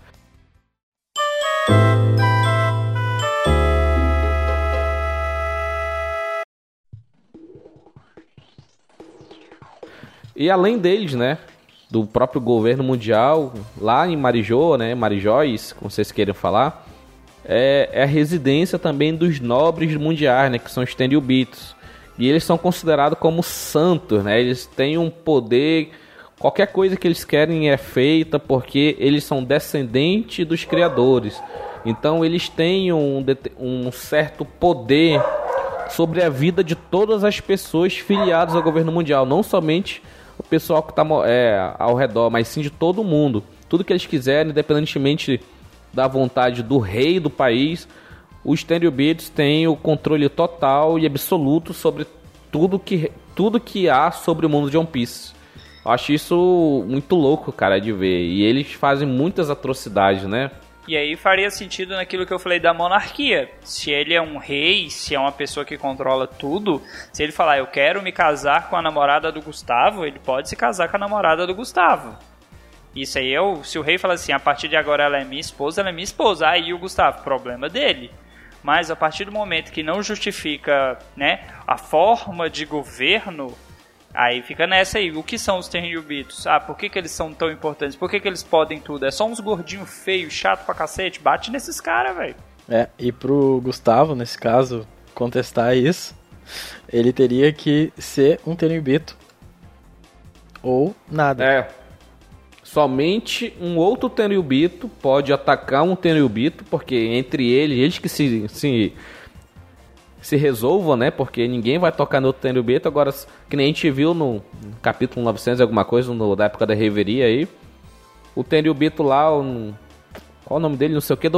E além deles, né, do próprio governo mundial, lá em Marijó, né, Marijós, como vocês queiram falar, é a residência também dos nobres mundiais, né, que são os Tenryubitos. E eles são considerados como santos, né, eles têm um poder, qualquer coisa que eles querem é feita porque eles são descendentes dos criadores. Então eles têm um certo poder sobre a vida de todas as pessoas filiadas ao governo mundial, não somente o pessoal que está ao redor, mas sim de todo mundo. Tudo que eles quiserem, independentemente da vontade do rei do país, os Tenryubitos têm o controle total e absoluto sobre tudo que há sobre o mundo de One Piece. Eu acho isso muito louco, cara, de ver. E eles fazem muitas atrocidades, né? E aí faria sentido naquilo que eu falei da monarquia. Se ele é um rei, se é uma pessoa que controla tudo, se ele falar, eu quero me casar com a namorada do Gustavo, ele pode se casar com a namorada do Gustavo. Isso aí se o rei falar assim, a partir de agora ela é minha esposa, aí o Gustavo, problema dele. Mas a partir do momento que não justifica, né, a forma de governo, aí fica nessa aí. O que são os Tenryubitos? Por que eles são tão importantes? Por que eles podem tudo? É só uns gordinhos feios, chato pra cacete? Bate nesses caras, velho. E pro Gustavo, nesse caso, contestar isso, ele teria que ser um Tenryubito. Ou nada. Somente um outro Tenryubito pode atacar um Tenryubito, porque entre eles que se resolvam, né? Porque ninguém vai tocar no outro Tenryubito. Agora, que nem a gente viu no capítulo 900 alguma coisa, da época da reveria aí, o Tenryubito lá, qual o nome dele? Não sei o que,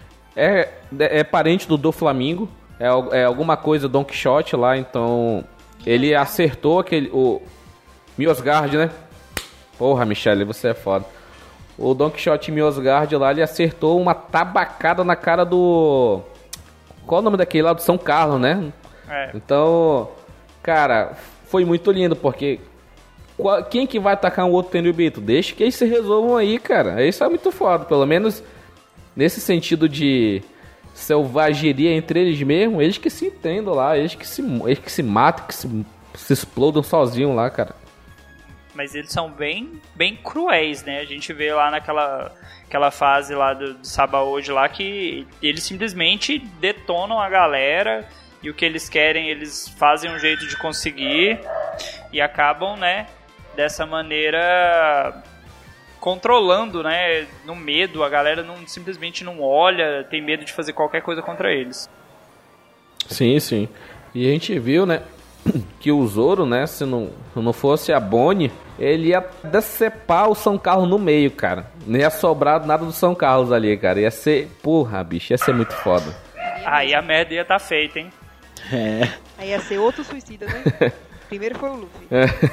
é parente do Doflamingo, é alguma coisa Don Quixote lá, então ele acertou o Miosgard, né? Porra, Michele, você é foda. O Don Quixote Miosgard lá, ele acertou uma tabacada na cara do... Qual o nome daquele lá? Do São Carlos, né? Então, cara, foi muito lindo, porque quem que vai atacar um outro Tenryubito? Deixa que eles se resolvam aí, cara. Isso é muito foda, pelo menos nesse sentido de selvageria entre eles mesmos, eles que se entendam lá, eles que se matam, que se explodam sozinhos lá, cara. Mas eles são bem cruéis, né? A gente vê lá naquela fase lá do Sabaody lá que eles simplesmente detonam a galera e o que eles querem eles fazem um jeito de conseguir e acabam, né, dessa maneira controlando, né, no medo, a galera simplesmente não olha, tem medo de fazer qualquer coisa contra eles. Sim, sim. E a gente viu, né, que o Zoro, né, se não fosse a Bonnie, ele ia decepar o São Carlos no meio, cara. Não ia sobrar nada do São Carlos ali, cara. Ia ser, porra, bicho, ia ser muito foda. Aí a merda ia tá feita, hein? Aí ia ser outro suicida, né? Primeiro foi o Luffy.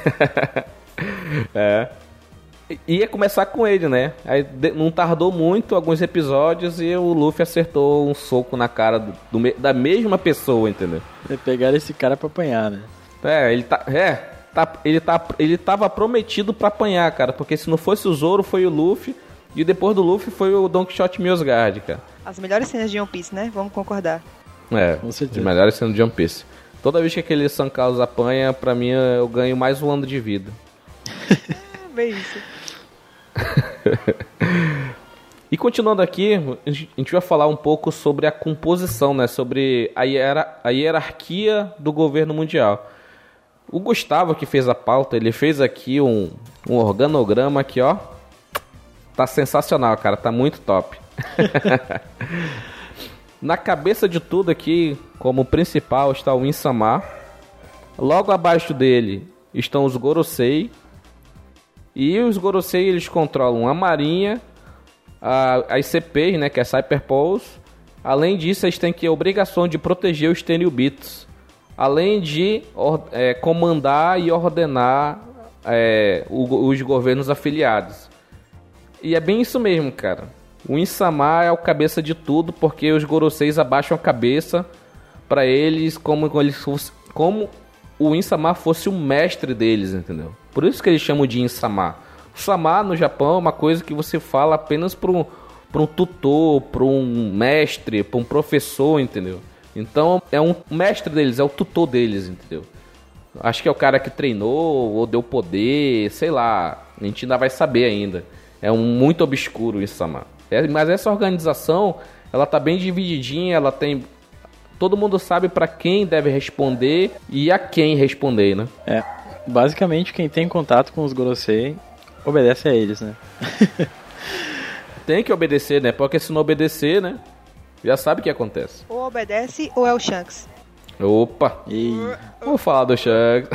Ia começar com ele, né? Aí não tardou muito, alguns episódios, e o Luffy acertou um soco na cara da mesma pessoa, entendeu? Pegaram esse cara pra apanhar, né? Ele tava prometido pra apanhar, cara, porque se não fosse o Zoro, foi o Luffy, e depois do Luffy foi o Don Quixote Milosgard, cara. As melhores cenas de One Piece, né? Vamos concordar. Com certeza. As melhores cenas de One Piece. Toda vez que aquele São Carlos apanha, pra mim eu ganho mais um ano de vida. Bem isso. E continuando aqui, a gente vai falar um pouco sobre a composição, né? Sobre a hierarquia do governo mundial. O Gustavo, que fez a pauta, ele fez aqui um organograma aqui, ó. Tá sensacional, cara. Tá muito top. Na cabeça de tudo aqui, como principal, está o Insama. Logo abaixo dele estão os Gorosei. E os Gorosei, eles controlam a Marinha, as CPs, né, que é Cyper Pulse. Além disso, eles têm que a obrigação de proteger os Tenryubitos. Além de comandar e ordenar os governos afiliados. E é bem isso mesmo, cara. O Insama é o cabeça de tudo, porque os Goroseis abaixam a cabeça para eles como o Insama fosse o mestre deles, entendeu? Por isso que eles chamam de Insama. O Sama no Japão é uma coisa que você fala apenas para um tutor, para um mestre, para um professor, entendeu? Então é um mestre deles, é o tutor deles, entendeu? Acho que é o cara que treinou ou deu poder, sei lá. A gente ainda vai saber ainda. É muito obscuro o Insama. Mas essa organização, ela tá bem divididinha, ela tem... Todo mundo sabe para quem deve responder e a quem responder, né? Basicamente quem tem contato com os Gorosei obedece a eles, né? Tem que obedecer, né? Porque se não obedecer, né? Já sabe o que acontece. Ou obedece ou é o Shanks. Opa! Vou falar do Shanks.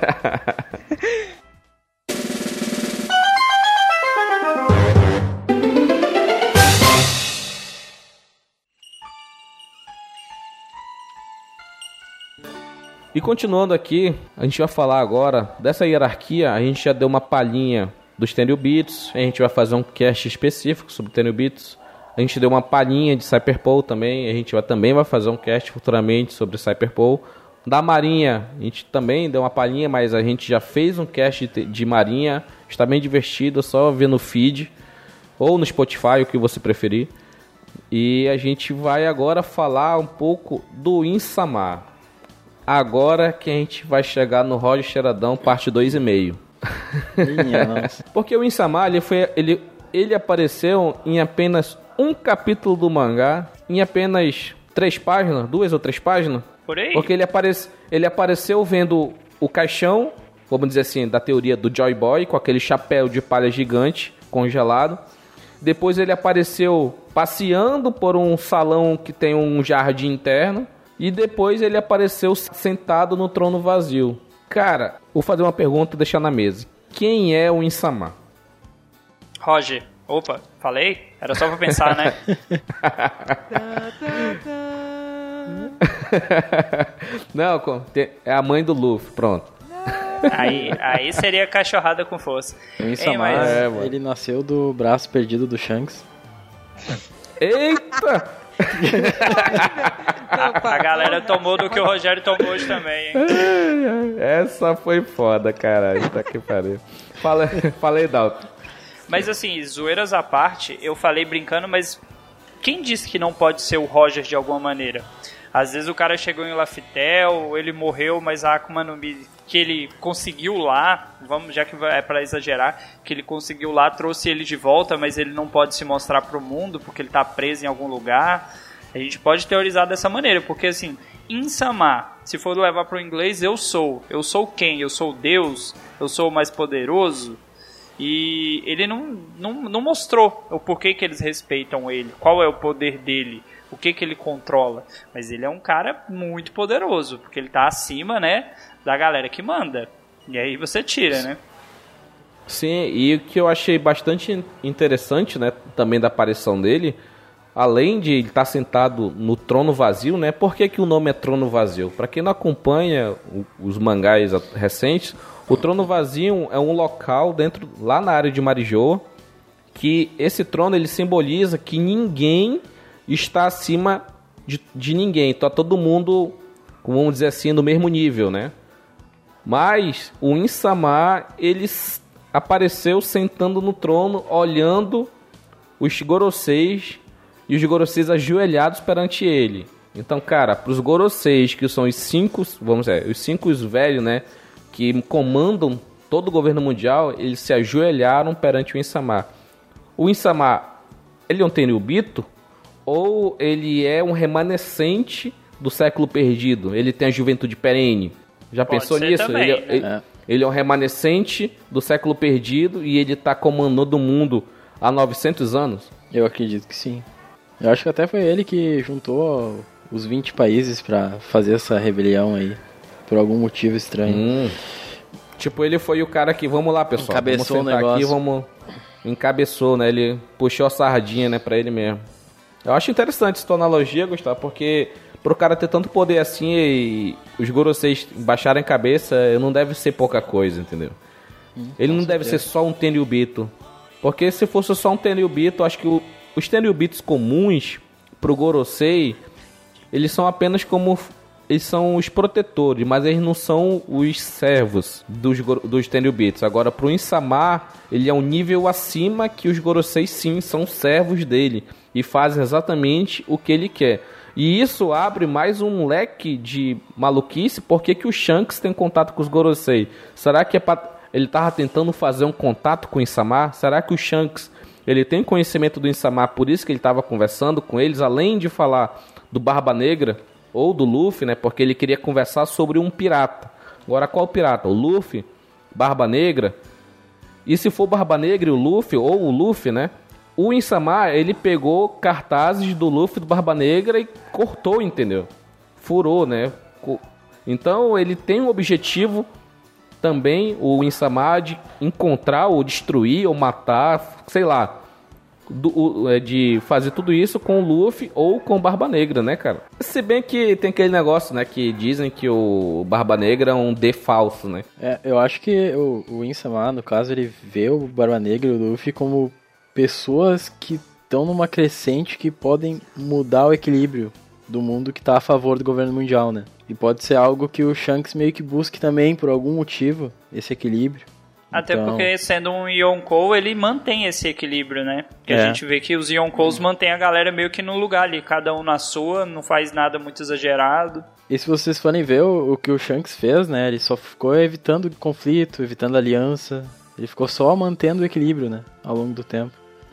E continuando aqui, a gente vai falar agora dessa hierarquia. A gente já deu uma palhinha dos Tenryubitos. A gente vai fazer um cast específico sobre Tenryubitos. A gente deu uma palhinha de Cyper Pulse também. A gente também vai fazer um cast futuramente sobre Cyper Pulse. Da Marinha, a gente também deu uma palhinha, mas a gente já fez um cast de Marinha. Está bem divertido, é só ver no feed ou no Spotify, o que você preferir. E a gente vai agora falar um pouco do Insama. Agora que a gente vai chegar no Roger Xeradão, parte 2,5. Porque o Insama, ele apareceu em apenas um capítulo do mangá, em apenas 3 páginas, 2 ou 3 páginas. Por aí? Porque ele apareceu vendo o caixão, vamos dizer assim, da teoria do Joy Boy, com aquele chapéu de palha gigante, congelado. Depois ele apareceu passeando por um salão que tem um jardim interno. E depois ele apareceu sentado no trono vazio. Cara, vou fazer uma pergunta e deixar na mesa. Quem é o Insama? Roger. Opa, falei? Era só pra pensar, né? Não, é a mãe do Luffy, pronto. Aí seria cachorrada com força. O Insama, ele nasceu do braço perdido do Shanks. Eita! A galera tomou do que o Rogério tomou hoje também, hein? Essa foi foda, caralho. Tá que pariu. Falei, Dalton. Mas assim, zoeiras à parte, eu falei brincando, mas quem disse que não pode ser o Roger de alguma maneira? Às vezes o cara chegou em Laftel, ele morreu, mas a Akuma no Mi que ele conseguiu lá, já que é pra exagerar, que ele conseguiu lá, trouxe ele de volta, mas ele não pode se mostrar pro mundo porque ele tá preso em algum lugar. A gente pode teorizar dessa maneira, porque assim, Insama, se for levar pro inglês, eu sou quem? Eu sou Deus? Eu sou o mais poderoso? E ele não mostrou o porquê que eles respeitam ele, qual é o poder dele, o que ele controla. Mas ele é um cara muito poderoso, porque ele tá acima, né, da galera que manda. E aí você tira, né? Sim, e o que eu achei bastante interessante, né, também da aparição dele, além de ele estar sentado no trono vazio, né, por que o nome é trono vazio? Para quem não acompanha os mangás recentes, o trono vazio é um local lá na área de Marijô, que esse trono ele simboliza que ninguém está acima de ninguém, tá todo mundo, vamos dizer assim, no mesmo nível, né? Mas o Insama, ele apareceu sentando no trono, olhando os Goroseis e os Goroseis ajoelhados perante ele. Então, cara, para os Goroseis, que são os cinco velhos, né, que comandam todo o governo mundial, eles se ajoelharam perante o Insama. O Insama, ele é um Tenryubito ou ele é um remanescente do século perdido? Ele tem a juventude perene? Já Pode pensou ser nisso? também, Ele é um remanescente do século perdido e ele está comandando o mundo há 900 anos? Eu acredito que sim. Eu acho que até foi ele que juntou os 20 países pra fazer essa rebelião aí. Por algum motivo estranho. Tipo, ele foi o cara que, vamos lá, pessoal, encabeçou vamos sentar o negócio. aqui, encabeçou, né? Ele puxou a sardinha, né, pra ele mesmo. Eu acho interessante essa tua analogia, Gustavo, porque pro cara ter tanto poder assim e os Goroseis baixarem a cabeça, não deve ser pouca coisa, entendeu? Ele não deve ser só um Tenryubito. Porque se fosse só um Tenryubito, acho que os Tenryubitos comuns pro Gorosei, eles são apenas como... Eles são os protetores, mas eles não são os servos dos Tenryubitos. Agora, pro Insama, ele é um nível acima que os Goroseis, sim, são servos dele. E fazem exatamente o que ele quer. E isso abre mais um leque de maluquice. Por que o Shanks tem contato com os Gorosei? Será que ele tava tentando fazer um contato com o Insama? Será que o Shanks ele tem conhecimento do Insama, por isso que ele estava conversando com eles, além de falar do Barba Negra ou do Luffy, né? Porque ele queria conversar sobre um pirata. Agora, qual pirata? O Luffy? Barba Negra? E se for o Barba Negra e o Luffy, ou o Luffy, né? O Insama, ele pegou cartazes do Luffy e do Barba Negra e cortou, entendeu? Furou, né? Então, ele tem um objetivo também, o Insama, de encontrar ou destruir ou matar, sei lá, de fazer tudo isso com o Luffy ou com o Barba Negra, né, cara? Se bem que tem aquele negócio, né, que dizem que o Barba Negra é um D falso, né? Eu acho que o Insama, no caso, ele vê o Barba Negra e o Luffy como pessoas que estão numa crescente que podem mudar o equilíbrio do mundo que tá a favor do governo mundial, né? E pode ser algo que o Shanks meio que busque também, por algum motivo, esse equilíbrio. Até porque, sendo um Yonkou, ele mantém esse equilíbrio, né? Porque a gente vê que os Yonkous mantêm a galera meio que no lugar ali, cada um na sua, não faz nada muito exagerado. E se vocês forem ver o que o Shanks fez, né? Ele só ficou evitando conflito, evitando aliança. Ele ficou só mantendo o equilíbrio, né? Ao longo do tempo.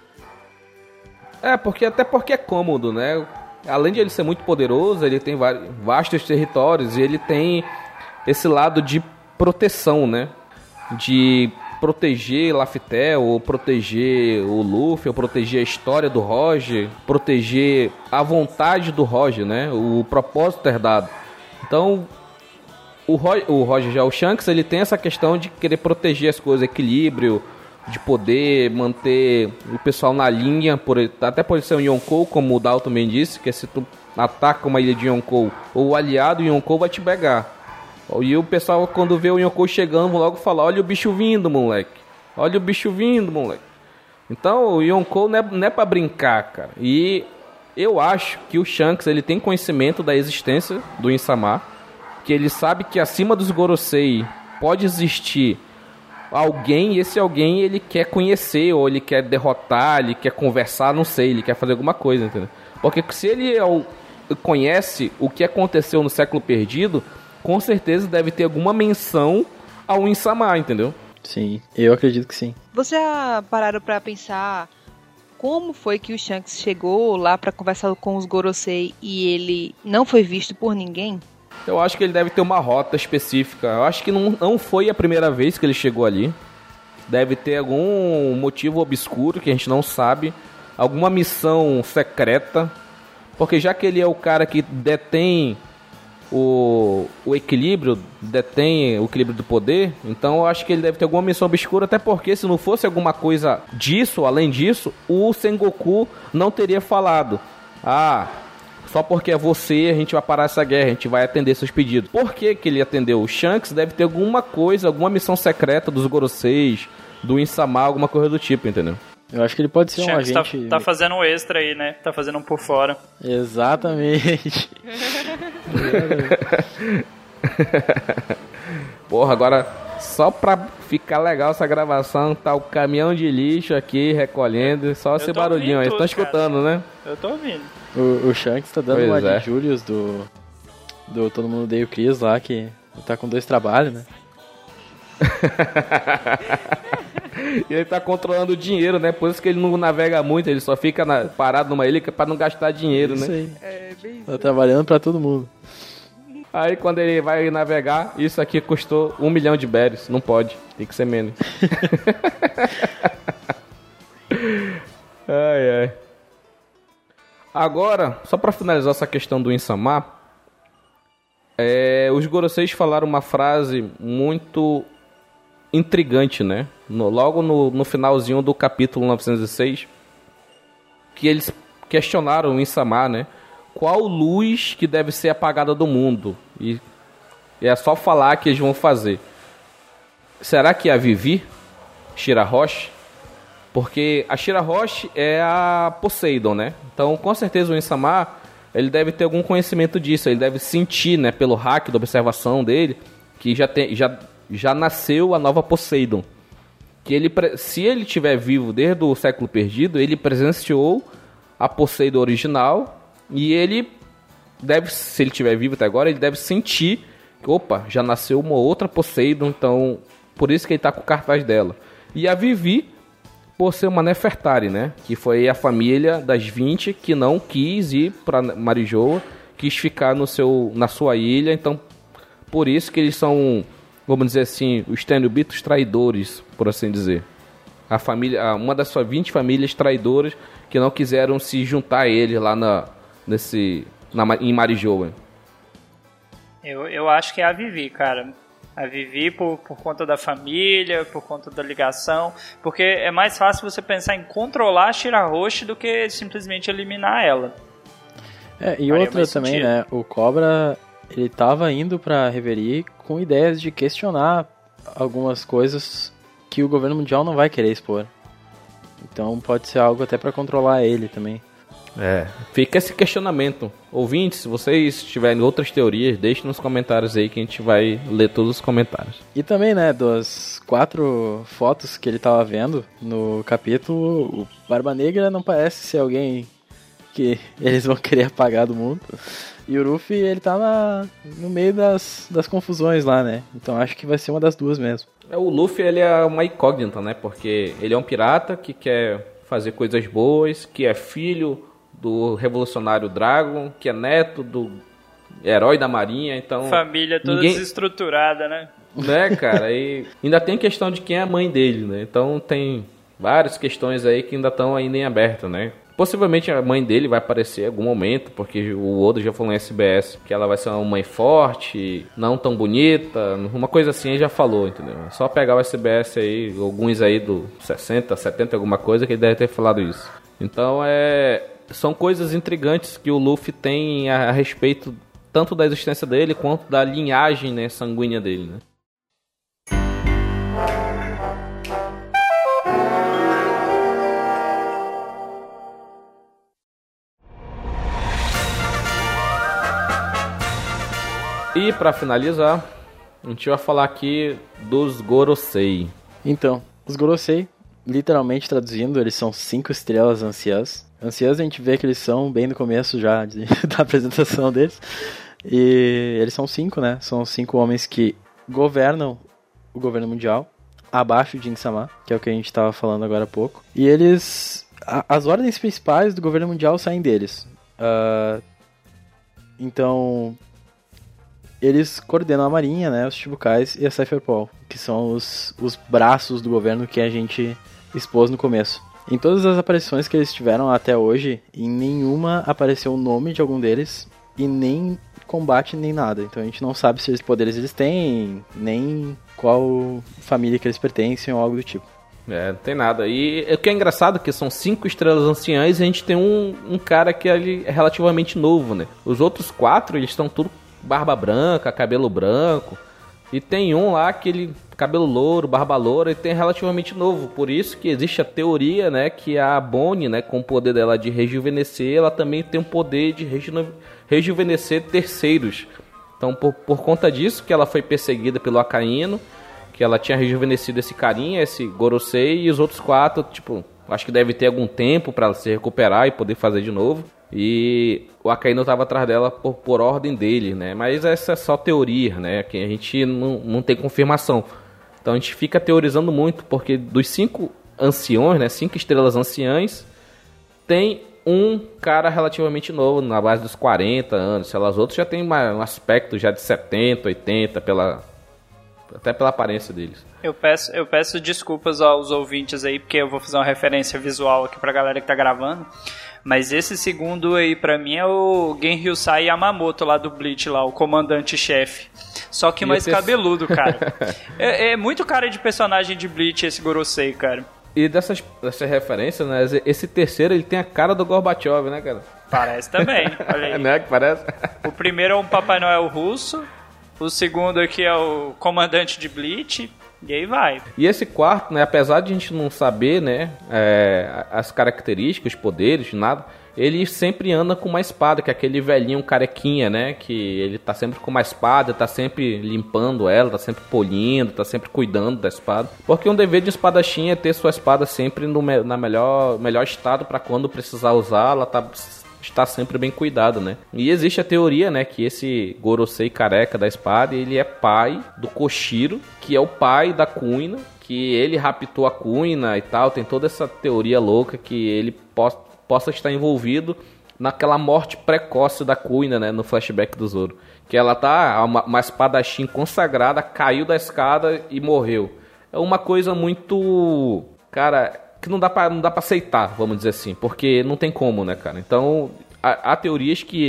Porque é cômodo, né? Além de ele ser muito poderoso, ele tem vastos territórios e ele tem esse lado de proteção, né? De proteger Laftel, ou proteger o Luffy, ou proteger a história do Roger, proteger a vontade do Roger, né? O propósito herdado. Então, o Roger já, o Shanks, ele tem essa questão de querer proteger as coisas, equilíbrio, de poder manter o pessoal na linha, até por ser um Yonkou, como o Dal também disse, que se tu ataca uma ilha de Yonkou, ou o aliado Yonkou vai te pegar. E o pessoal, quando vê o Yonkou chegando, logo fala: olha o bicho vindo, moleque. Olha o bicho vindo, moleque. Então, o Yonkou não é pra brincar, cara. E eu acho que o Shanks, ele tem conhecimento da existência do Insama, que ele sabe que acima dos Gorosei pode existir alguém, e esse alguém ele quer conhecer, ou ele quer derrotar, ele quer conversar, não sei, ele quer fazer alguma coisa, entendeu? Porque se ele conhece o que aconteceu no século perdido, com certeza deve ter alguma menção ao Insama, entendeu? Sim, eu acredito que sim. Vocês já pararam pra pensar como foi que o Shanks chegou lá pra conversar com os Gorosei e ele não foi visto por ninguém? Eu acho que ele deve ter uma rota específica. Eu acho que não foi a primeira vez que ele chegou ali. Deve ter algum motivo obscuro que a gente não sabe. Alguma missão secreta. Porque já que ele é o cara que detém o equilíbrio, detém o equilíbrio do poder, então eu acho que ele deve ter alguma missão obscura, até porque se não fosse alguma coisa disso, além disso, o Sengoku não teria falado: ah, só porque é você, a gente vai parar essa guerra, a gente vai atender seus pedidos. Por que que ele atendeu? O Shanks deve ter alguma coisa, alguma missão secreta dos Goroseis, do Insama, alguma coisa do tipo, entendeu? Eu acho que ele pode ser um agente... Tá fazendo um extra aí, né? Tá fazendo um por fora. Exatamente. Porra, agora, só pra ficar legal essa gravação, tá o caminhão de lixo aqui recolhendo, só esse barulhinho aí. Vocês estão escutando, né? Eu tô ouvindo. O Shanks tá dando uma de Julius do Todo Mundo Odeia o Chris lá, que tá com 2 trabalhos, né? E ele tá controlando o dinheiro, né? Por isso que ele não navega muito, ele só fica parado numa ilha pra não gastar dinheiro, isso né? Aí. É, bem tá trabalhando pra todo mundo. Aí quando ele vai navegar, isso aqui custou 1 milhão de berries. Não pode, tem que ser menos. Ai, ai. Agora, só pra finalizar essa questão do Insama, os Goroseis falaram uma frase muito intrigante, né? Logo no finalzinho do capítulo 906, que eles questionaram o Insama, né? Qual luz que deve ser apagada do mundo? E é só falar que eles vão fazer. Será que é a Vivi? Shirahoshi? Porque a Shirahoshi é a Poseidon, né? Então, com certeza o Insama, ele deve ter algum conhecimento disso. Ele deve sentir, né, pelo hack da observação dele, que já nasceu a nova Poseidon. Que se ele estiver vivo desde o século perdido, ele presenciou a Poseidon original. E ele deve, se ele estiver vivo até agora, ele deve sentir que, opa, já nasceu uma outra Poseidon, então por isso que ele tá com o cartaz dela. E a Vivi, por ser uma Nefertari, né? Que foi a família das 20 que não quis ir para Marijoa, quis ficar na sua ilha, então por isso que eles são, vamos dizer assim, os Tenobitos traidores, por assim dizer. A família, uma das suas 20 famílias traidoras que não quiseram se juntar a ele lá em Marijoa. Eu acho que é a Vivi, cara. A Vivi por conta da família, por conta da ligação, porque é mais fácil você pensar em controlar a Shirahoshi do que simplesmente eliminar ela. E outra também, né? O Cobra, ele tava indo pra Reverie com ideias de questionar algumas coisas que o governo mundial não vai querer expor. Então pode ser algo até pra controlar ele também. Fica esse questionamento. Ouvintes, se vocês tiverem outras teorias, deixem nos comentários aí que a gente vai ler todos os comentários. E também, né, das 4 fotos que ele tava vendo no capítulo, o Barba Negra não parece ser alguém que eles vão querer apagar do mundo. E o Ruffy, ele tá no meio das confusões lá, né? Então acho que vai ser uma das duas mesmo. O Luffy, ele é uma incógnita, né? Porque ele é um pirata que quer fazer coisas boas, que é filho do revolucionário Dragon, que é neto do herói da marinha, então... Família toda desestruturada, né? Né, cara? E ainda tem questão de quem é a mãe dele, né? Então tem várias questões aí que ainda estão ainda em aberto, né? Possivelmente a mãe dele vai aparecer em algum momento, porque o Oda já falou em SBS que ela vai ser uma mãe forte, não tão bonita, uma coisa assim ele já falou, entendeu? É só pegar o SBS aí, alguns aí do 60, 70, alguma coisa, que ele deve ter falado isso. Então são coisas intrigantes que o Luffy tem a respeito tanto da existência dele quanto da linhagem, né, sanguínea dele, né? E para finalizar, a gente vai falar aqui dos Gorosei. Então, os Gorosei, literalmente traduzindo, eles são 5 estrelas anciãs. Anciãs a gente vê que eles são bem no começo já da apresentação deles. E eles são 5, né? São 5 homens que governam o governo mundial, abaixo de Insama, que é o que a gente estava falando agora há pouco. E eles... As ordens principais do governo mundial saem deles. Então... eles coordenam a Marinha, né, os Chichibukais e a Cypherpol, que são os braços do governo que a gente expôs no começo. Em todas as aparições que eles tiveram até hoje, em nenhuma apareceu o nome de algum deles e nem combate nem nada. Então a gente não sabe se esses poderes eles têm, nem qual família que eles pertencem ou algo do tipo. Não tem nada. E o que é engraçado é que são 5 estrelas anciãs e a gente tem um cara que é relativamente novo, né? Os outros 4, eles estão tudo barba branca, cabelo branco. E tem um lá que ele cabelo louro, barba loura, e tem relativamente novo. Por isso que existe a teoria, né, que a Bonnie, né, com o poder dela de rejuvenescer, ela também tem o poder de rejuvenescer terceiros. Então, por conta disso que ela foi perseguida pelo Akainu, que ela tinha rejuvenescido esse carinha, esse Gorosei, e os outros 4, tipo, acho que deve ter algum tempo para ela se recuperar e poder fazer de novo. E o Akainu estava atrás dela por ordem dele, né? Mas essa é só teoria, né? Que a gente não tem confirmação. Então a gente fica teorizando muito, porque dos 5 anciões, né? 5 estrelas anciãs, tem um cara relativamente novo, na base dos 40 anos. Sei lá, os outros já tem um aspecto já de 70, 80, até pela aparência deles. Eu peço desculpas aos ouvintes aí, porque eu vou fazer uma referência visual aqui pra galera que tá gravando. Mas esse segundo aí, pra mim, é o Genryusai Yamamoto lá do Bleach, lá, o comandante-chefe. Só que mais cabeludo, cara. É muito cara de personagem de Bleach esse Gorosei, cara. E dessas referências, né? Esse terceiro, ele tem a cara do Gorbachev, né, cara? Parece também, olha aí. Não é que parece? O primeiro é um Papai Noel russo. O segundo aqui é o comandante de Bleach. E aí vai. E esse quarto, né, apesar de a gente não saber, né, as características, os poderes, nada, ele sempre anda com uma espada, que é aquele velhinho carequinha, né, que ele tá sempre com uma espada, tá sempre limpando ela, tá sempre polindo, tá sempre cuidando da espada. Porque um dever de espadachim é ter sua espada sempre na melhor estado para quando precisar usar, ela está sempre bem cuidado, né? E existe a teoria, né, que esse Gorosei careca da espada, ele é pai do Koshiro, que é o pai da Kuina, que ele raptou a Kuina e tal. Tem toda essa teoria louca que ele possa estar envolvido naquela morte precoce da Kuina, né, no flashback do Zoro. Que ela tá, uma espadachim consagrada, caiu da escada e morreu. É uma coisa muito... Cara... que não dá pra aceitar, vamos dizer assim, porque não tem como, né, cara? Então, há teorias que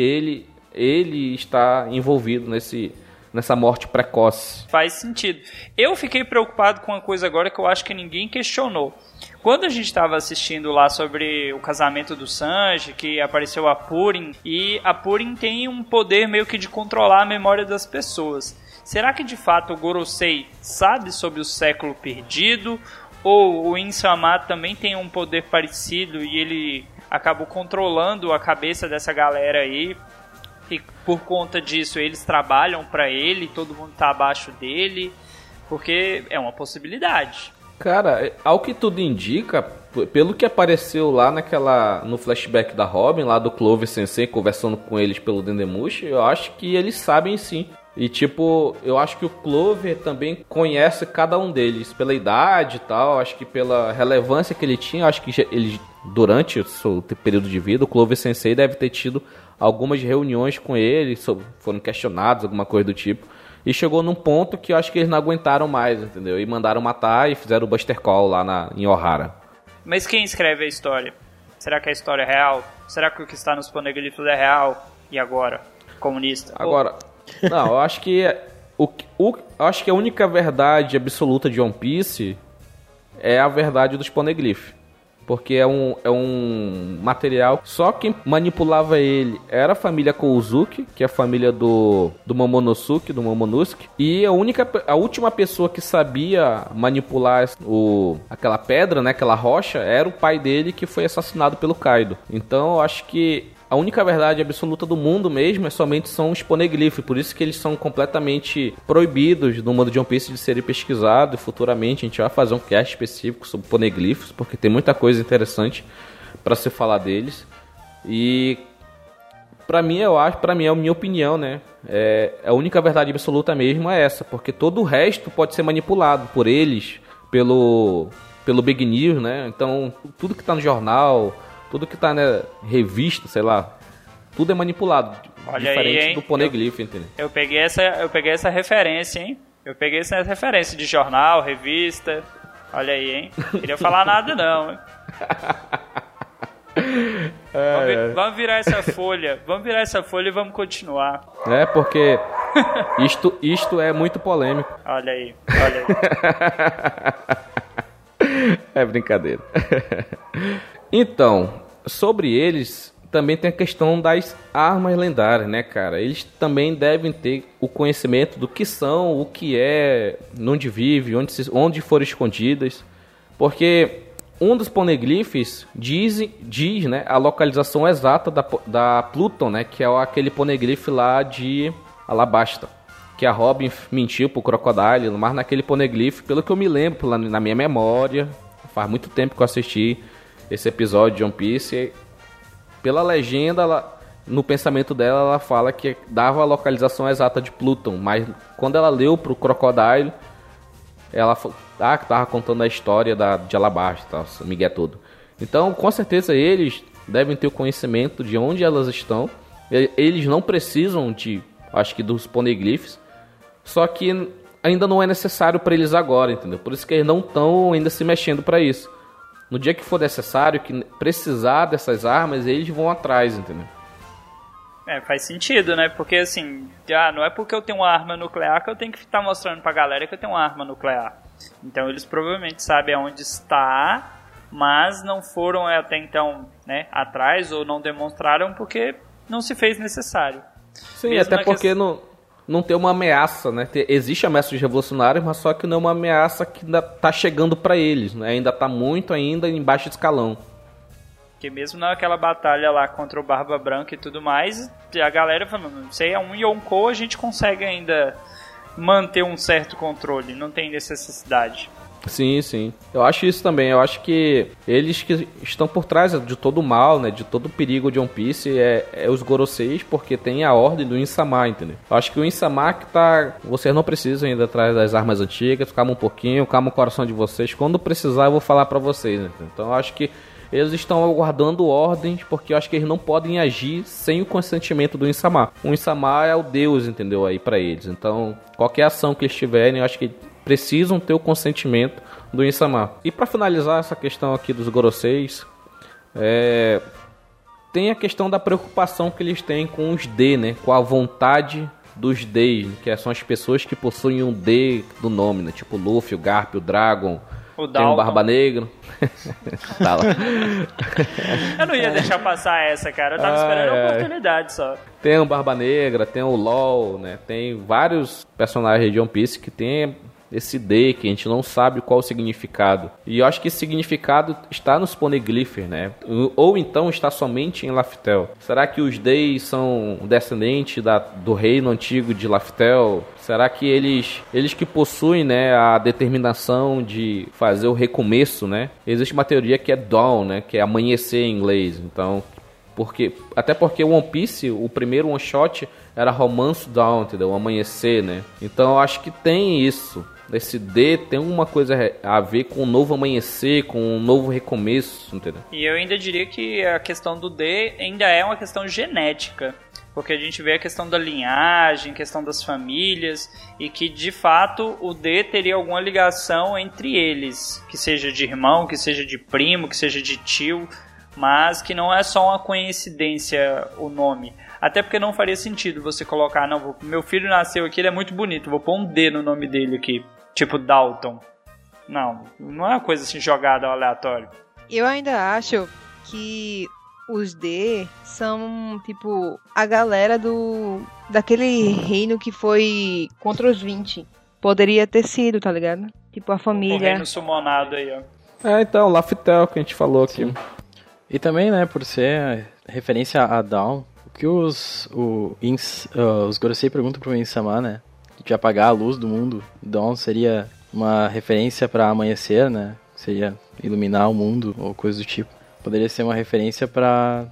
ele está envolvido nessa morte precoce. Faz sentido. Eu fiquei preocupado com uma coisa agora que eu acho que ninguém questionou. Quando a gente estava assistindo lá sobre o casamento do Sanji, que apareceu a Purin, e a Purin tem um poder meio que de controlar a memória das pessoas. Será que de fato o Gorosei sabe sobre o século perdido? Ou o Insama também tem um poder parecido e ele acabou controlando a cabeça dessa galera aí, e por conta disso eles trabalham pra ele, todo mundo tá abaixo dele, porque é uma possibilidade. Cara, ao que tudo indica, pelo que apareceu lá no flashback da Robin, lá do Clover Sensei conversando com eles pelo Dendemushi, eu acho que eles sabem sim. E tipo, eu acho que o Clover também conhece cada um deles pela idade e tal, acho que pela relevância que ele tinha, acho que ele, durante o seu período de vida, o Clover Sensei deve ter tido algumas reuniões com ele, foram questionados, alguma coisa do tipo, e chegou num ponto que eu acho que eles não aguentaram mais, entendeu? E mandaram matar e fizeram o Buster Call lá em Ohara. Mas quem escreve a história? Será que a história é real? Será que o que está nos poneglyphs é real? E agora? Comunista? Agora... Não, eu acho que acho que a única verdade absoluta de One Piece é a verdade dos poneglyphs. Porque é um material, só quem manipulava ele era a família Kouzuki, que é a família do Momonosuke, do Momonosuke. E a última pessoa que sabia manipular aquela pedra, né, aquela rocha, era o pai dele, que foi assassinado pelo Kaido. Então eu acho que a única verdade absoluta do mundo mesmo são os poneglyphs. Por isso que eles são completamente proibidos no mundo de One Piece de serem pesquisados. Futuramente a gente vai fazer um cast específico sobre poneglyphs, porque tem muita coisa interessante para se falar deles. E pra mim, é a minha opinião, né? A única verdade absoluta mesmo é essa, porque todo o resto pode ser manipulado por eles, pelo Big News, né? Então, tudo que tá no jornal, tudo que tá na revista, sei lá, tudo é manipulado. Olha diferente aí, hein? do poneglyph, entendeu? Eu peguei essa referência, hein? Eu peguei essa referência de jornal, revista. Olha aí, hein? Não queria falar nada, não, hein? Vamos virar essa folha. Vamos virar essa folha e vamos continuar. É, porque isto é muito polêmico. Olha aí. É brincadeira. Então, sobre eles, também tem a questão das armas lendárias, né, cara? Eles também devem ter o conhecimento do que são, o que é, onde vive, onde foram escondidas. Porque um dos poneglyphs diz, né, a localização exata da Pluton, né, que é aquele poneglyph lá de Alabasta, que a Robin mentiu pro Crocodile, mas naquele poneglyph, pelo que eu me lembro, na minha memória, faz muito tempo que eu assisti esse episódio de One Piece, pela legenda, no pensamento dela, ela fala que dava a localização exata de Pluton, mas quando ela leu pro Crocodile, ela que tava contando a história de Alabasta, tá, o Miguel todo. Então, com certeza, eles devem ter o conhecimento de onde elas estão. Eles não precisam dos poneglyphs, só que ainda não é necessário para eles agora, entendeu? Por isso que eles não estão ainda se mexendo para isso. No dia que for necessário, que precisar dessas armas, eles vão atrás, entendeu? Faz sentido, né? Porque assim, não é porque eu tenho uma arma nuclear que eu tenho que estar mostrando pra galera que eu tenho uma arma nuclear. Então eles provavelmente sabem aonde está, mas não foram até então, né, atrás ou não demonstraram porque não se fez necessário. Sim, mesmo até porque não tem uma ameaça, né? Existe ameaças revolucionárias, mas só que não é uma ameaça que ainda tá chegando para eles, né? Ainda tá muito em baixo escalão. Porque mesmo naquela batalha lá contra o Barba Branca e tudo mais, a galera falando, sei, a um Yonkou a gente consegue ainda manter um certo controle, não tem necessidade. Sim. Eu acho isso também. Eu acho que eles que estão por trás de todo o mal, né? De todo o perigo de One Piece é os Goroseis, porque tem a ordem do Insama, entendeu? Eu acho que o Insama que tá... Vocês não precisam ir atrás das armas antigas, calma um pouquinho, calma o coração de vocês. Quando precisar eu vou falar pra vocês, entendeu? Então eu acho que eles estão aguardando ordens, porque eu acho que eles não podem agir sem o consentimento do Insama. O Insama é o deus, entendeu? Aí pra eles. Então qualquer ação que eles tiverem, eu acho que precisam ter o consentimento do Insama. E para finalizar essa questão aqui dos Goroseis, tem a questão da preocupação que eles têm com os D, né? Com a vontade dos D, que são as pessoas que possuem um D do nome, né? Tipo o Luffy, o Garp, o Dragon, tem o Barba Negra. Tá lá. Eu não ia deixar passar essa, cara. Eu tava esperando a oportunidade só. Tem o Barba Negra, tem o LOL, né? Tem vários personagens de One Piece que tem esse D, que a gente não sabe qual o significado. E eu acho que esse significado está nos poneglyphs, né? Ou então está somente em Laftel. Será que os Ds são descendentes do reino antigo de Laftel? Será que eles que possuem, né, a determinação de fazer o recomeço, né? Existe uma teoria que é dawn, né? Que é amanhecer em inglês. Então, até porque o One Piece, o primeiro one shot era Romance Dawn, entendeu? O amanhecer, né? Então eu acho que tem isso. Esse D tem uma coisa a ver com um novo amanhecer, com um novo recomeço, entendeu? E eu ainda diria que a questão do D ainda é uma questão genética. Porque a gente vê a questão da linhagem, questão das famílias, e que de fato o D teria alguma ligação entre eles. Que seja de irmão, que seja de primo, que seja de tio, mas que não é só uma coincidência o nome. Até porque não faria sentido você colocar, não, meu filho nasceu aqui, ele é muito bonito, vou pôr um D no nome dele aqui, tipo Dalton. Não é uma coisa assim jogada ao aleatório. Eu ainda acho que os D são, tipo, a galera daquele reino que foi contra os 20. Poderia ter sido, tá ligado? Tipo, a família. O reino sumonado aí, ó. Então, Laftel que a gente falou aqui. Sim. E também, né, por ser referência a Dawn, o que os Gorosei perguntam pro Insama, né, de apagar a luz do mundo, Dawn seria uma referência para amanhecer, né, seria iluminar o mundo ou coisa do tipo. Poderia ser uma referência para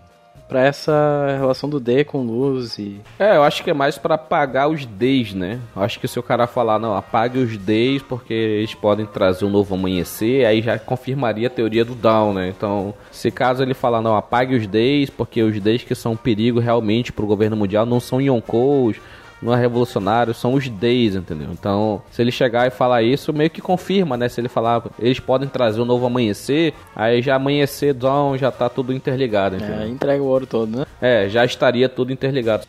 pra essa relação do D com luz e... Eu acho que é mais pra apagar os Ds, né? Eu acho que se o cara falar, não, apague os Ds porque eles podem trazer um novo amanhecer, aí já confirmaria a teoria do Dawn, né? Então, se caso ele falar, não, apague os Ds porque os Ds que são um perigo realmente pro governo mundial não são Yonkous, não é revolucionário, são os Ds, entendeu? Então, se ele chegar e falar isso, meio que confirma, né? Se ele falar, eles podem trazer um novo amanhecer, aí já amanhecer, Dawn, já tá tudo interligado, entendeu? Entrega o ouro todo, né? Já estaria tudo interligado.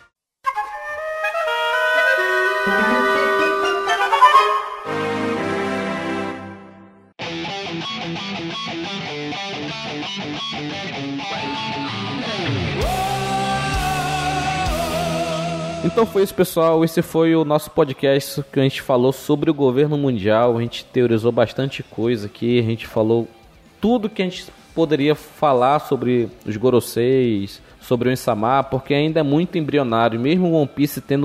Então foi isso, pessoal. Esse foi o nosso podcast que a gente falou sobre o governo mundial. A gente teorizou bastante coisa aqui. A gente falou tudo que a gente poderia falar sobre os Goroseis, sobre o Insama, porque ainda é muito embrionário. Mesmo o One Piece tendo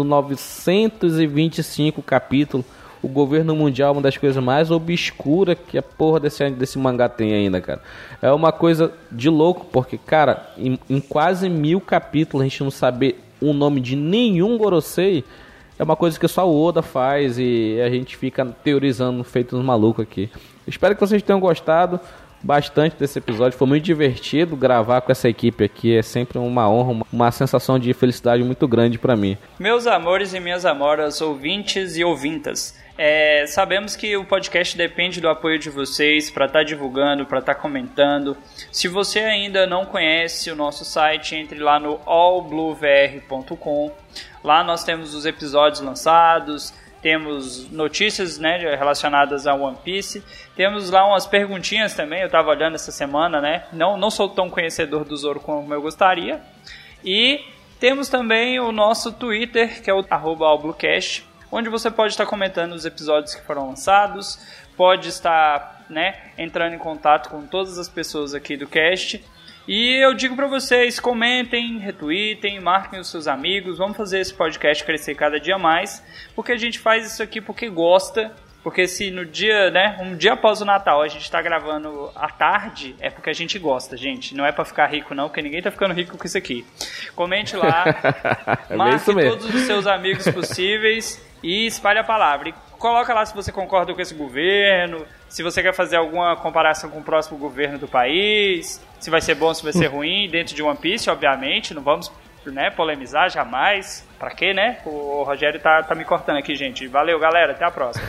925 capítulos, o governo mundial é uma das coisas mais obscuras que a porra desse mangá tem ainda, cara. É uma coisa de louco, porque, cara, em quase 1000 capítulos a gente não saber o nome de nenhum Gorosei é uma coisa que só o Oda faz e a gente fica teorizando feito uns malucos aqui. Espero que vocês tenham gostado bastante desse episódio. Foi muito divertido gravar com essa equipe aqui. É sempre uma honra, uma sensação de felicidade muito grande pra mim. Meus amores e minhas amoras, ouvintes e ouvintas, sabemos que o podcast depende do apoio de vocês para estar divulgando, para estar comentando. Se você ainda não conhece o nosso site, entre lá no allbluevr.com. Lá nós temos os episódios lançados, temos notícias, né, relacionadas a One Piece. Temos lá umas perguntinhas também, eu estava olhando essa semana, né? Não sou tão conhecedor do Zoro como eu gostaria. E temos também o nosso Twitter, que é o @allbluecast, onde você pode estar comentando os episódios que foram lançados, pode estar, né, entrando em contato com todas as pessoas aqui do cast. E eu digo para vocês, comentem, retweetem, marquem os seus amigos, vamos fazer esse podcast crescer cada dia mais, porque a gente faz isso aqui porque gosta, porque se no dia, né, um dia após o Natal a gente tá gravando à tarde, é porque a gente gosta, gente, não é para ficar rico não, porque ninguém tá ficando rico com isso aqui. Comente lá, marque todos os seus amigos possíveis e espalhe a palavra. E coloca lá se você concorda com esse governo, se você quer fazer alguma comparação com o próximo governo do país, se vai ser bom, se vai ser ruim, dentro de One Piece, obviamente, não vamos, né, polemizar jamais. Pra quê, né? O Rogério tá me cortando aqui, gente. Valeu, galera, até a próxima.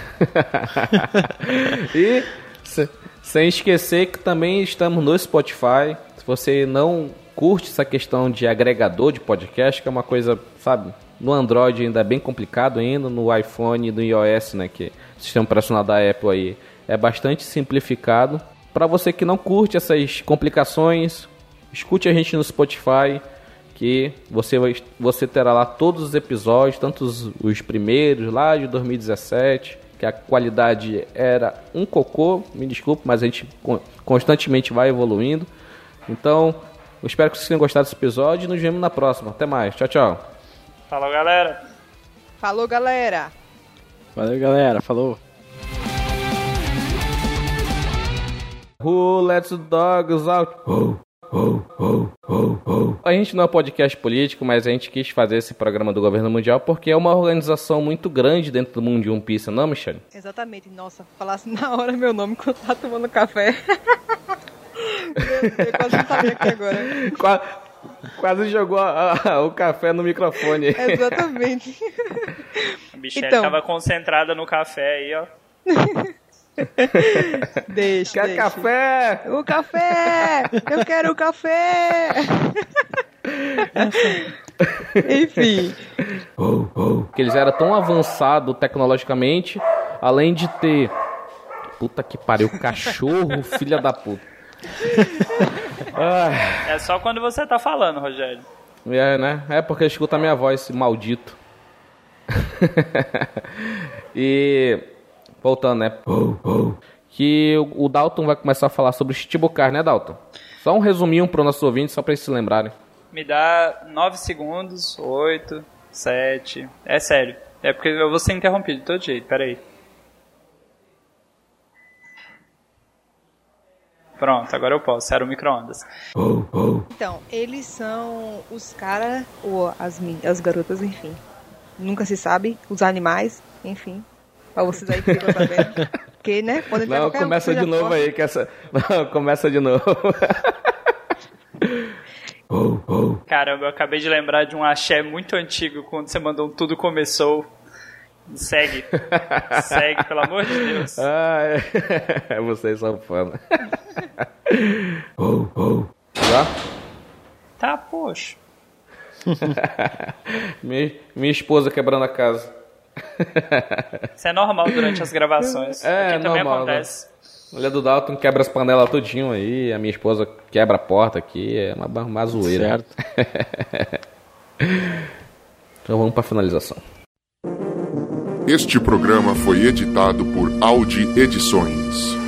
E sem esquecer que também estamos no Spotify. Se você não curte essa questão de agregador de podcast, que é uma coisa, sabe, no Android ainda é bem complicado ainda, no iPhone e no iOS, né, que é o sistema operacional da Apple aí é bastante simplificado. Para você que não curte essas complicações, escute a gente no Spotify, que você terá lá todos os episódios, tanto os primeiros lá de 2017, que a qualidade era um cocô, me desculpe, mas a gente constantemente vai evoluindo. Então, eu espero que vocês tenham gostado desse episódio e nos vemos na próxima. Até mais, tchau, tchau. Falou, galera. Falou, galera. Valeu, galera. Falou. Who lets the dogs out? A gente não é podcast político, mas a gente quis fazer esse programa do governo mundial porque é uma organização muito grande dentro do mundo de One Piece, não, Michele? Exatamente. Nossa, falasse na hora meu nome quando eu tava tomando café. Eu quase não sabia aqui agora. Quase jogou o café no microfone. Exatamente. A Michelle tava concentrada no café aí, ó. Quer café? O café! Eu quero o café! Enfim. Que eles eram tão avançados tecnologicamente, além de ter... Puta que pariu, cachorro, filha da puta. É só quando você tá falando, Rogério. É, né? É porque escuta a minha voz, esse maldito. E... voltando, né? Que o Dalton vai começar a falar sobre Chichibukai, né, Dalton? Só um resuminho para os nossos ouvintes, só para eles se lembrarem. Me dá 9 segundos, 8, 7... É sério. É porque eu vou ser interrompido de todo jeito, peraí. Pronto, agora eu posso. Era o micro-ondas. Então, eles são os caras, ou as garotas, enfim. Nunca se sabe. Os animais, enfim. Pra vocês aí que ficam sabendo. Porque, né? Não, começa de novo aí, que essa... Não, começa de novo. Caramba, eu acabei de lembrar de um axé muito antigo, quando você mandou um Tudo Começou. Segue. Segue, pelo amor de Deus. Vocês são fã. Já? Tá, poxa. minha esposa quebrando a casa. Isso é normal durante as gravações. Aqui também normal, acontece. Né? Mulher do Dalton quebra as panelas todinho aí, a minha esposa quebra a porta aqui, é uma zoeira. Certo. Então vamos pra finalização. Este programa foi editado por Audi Edições.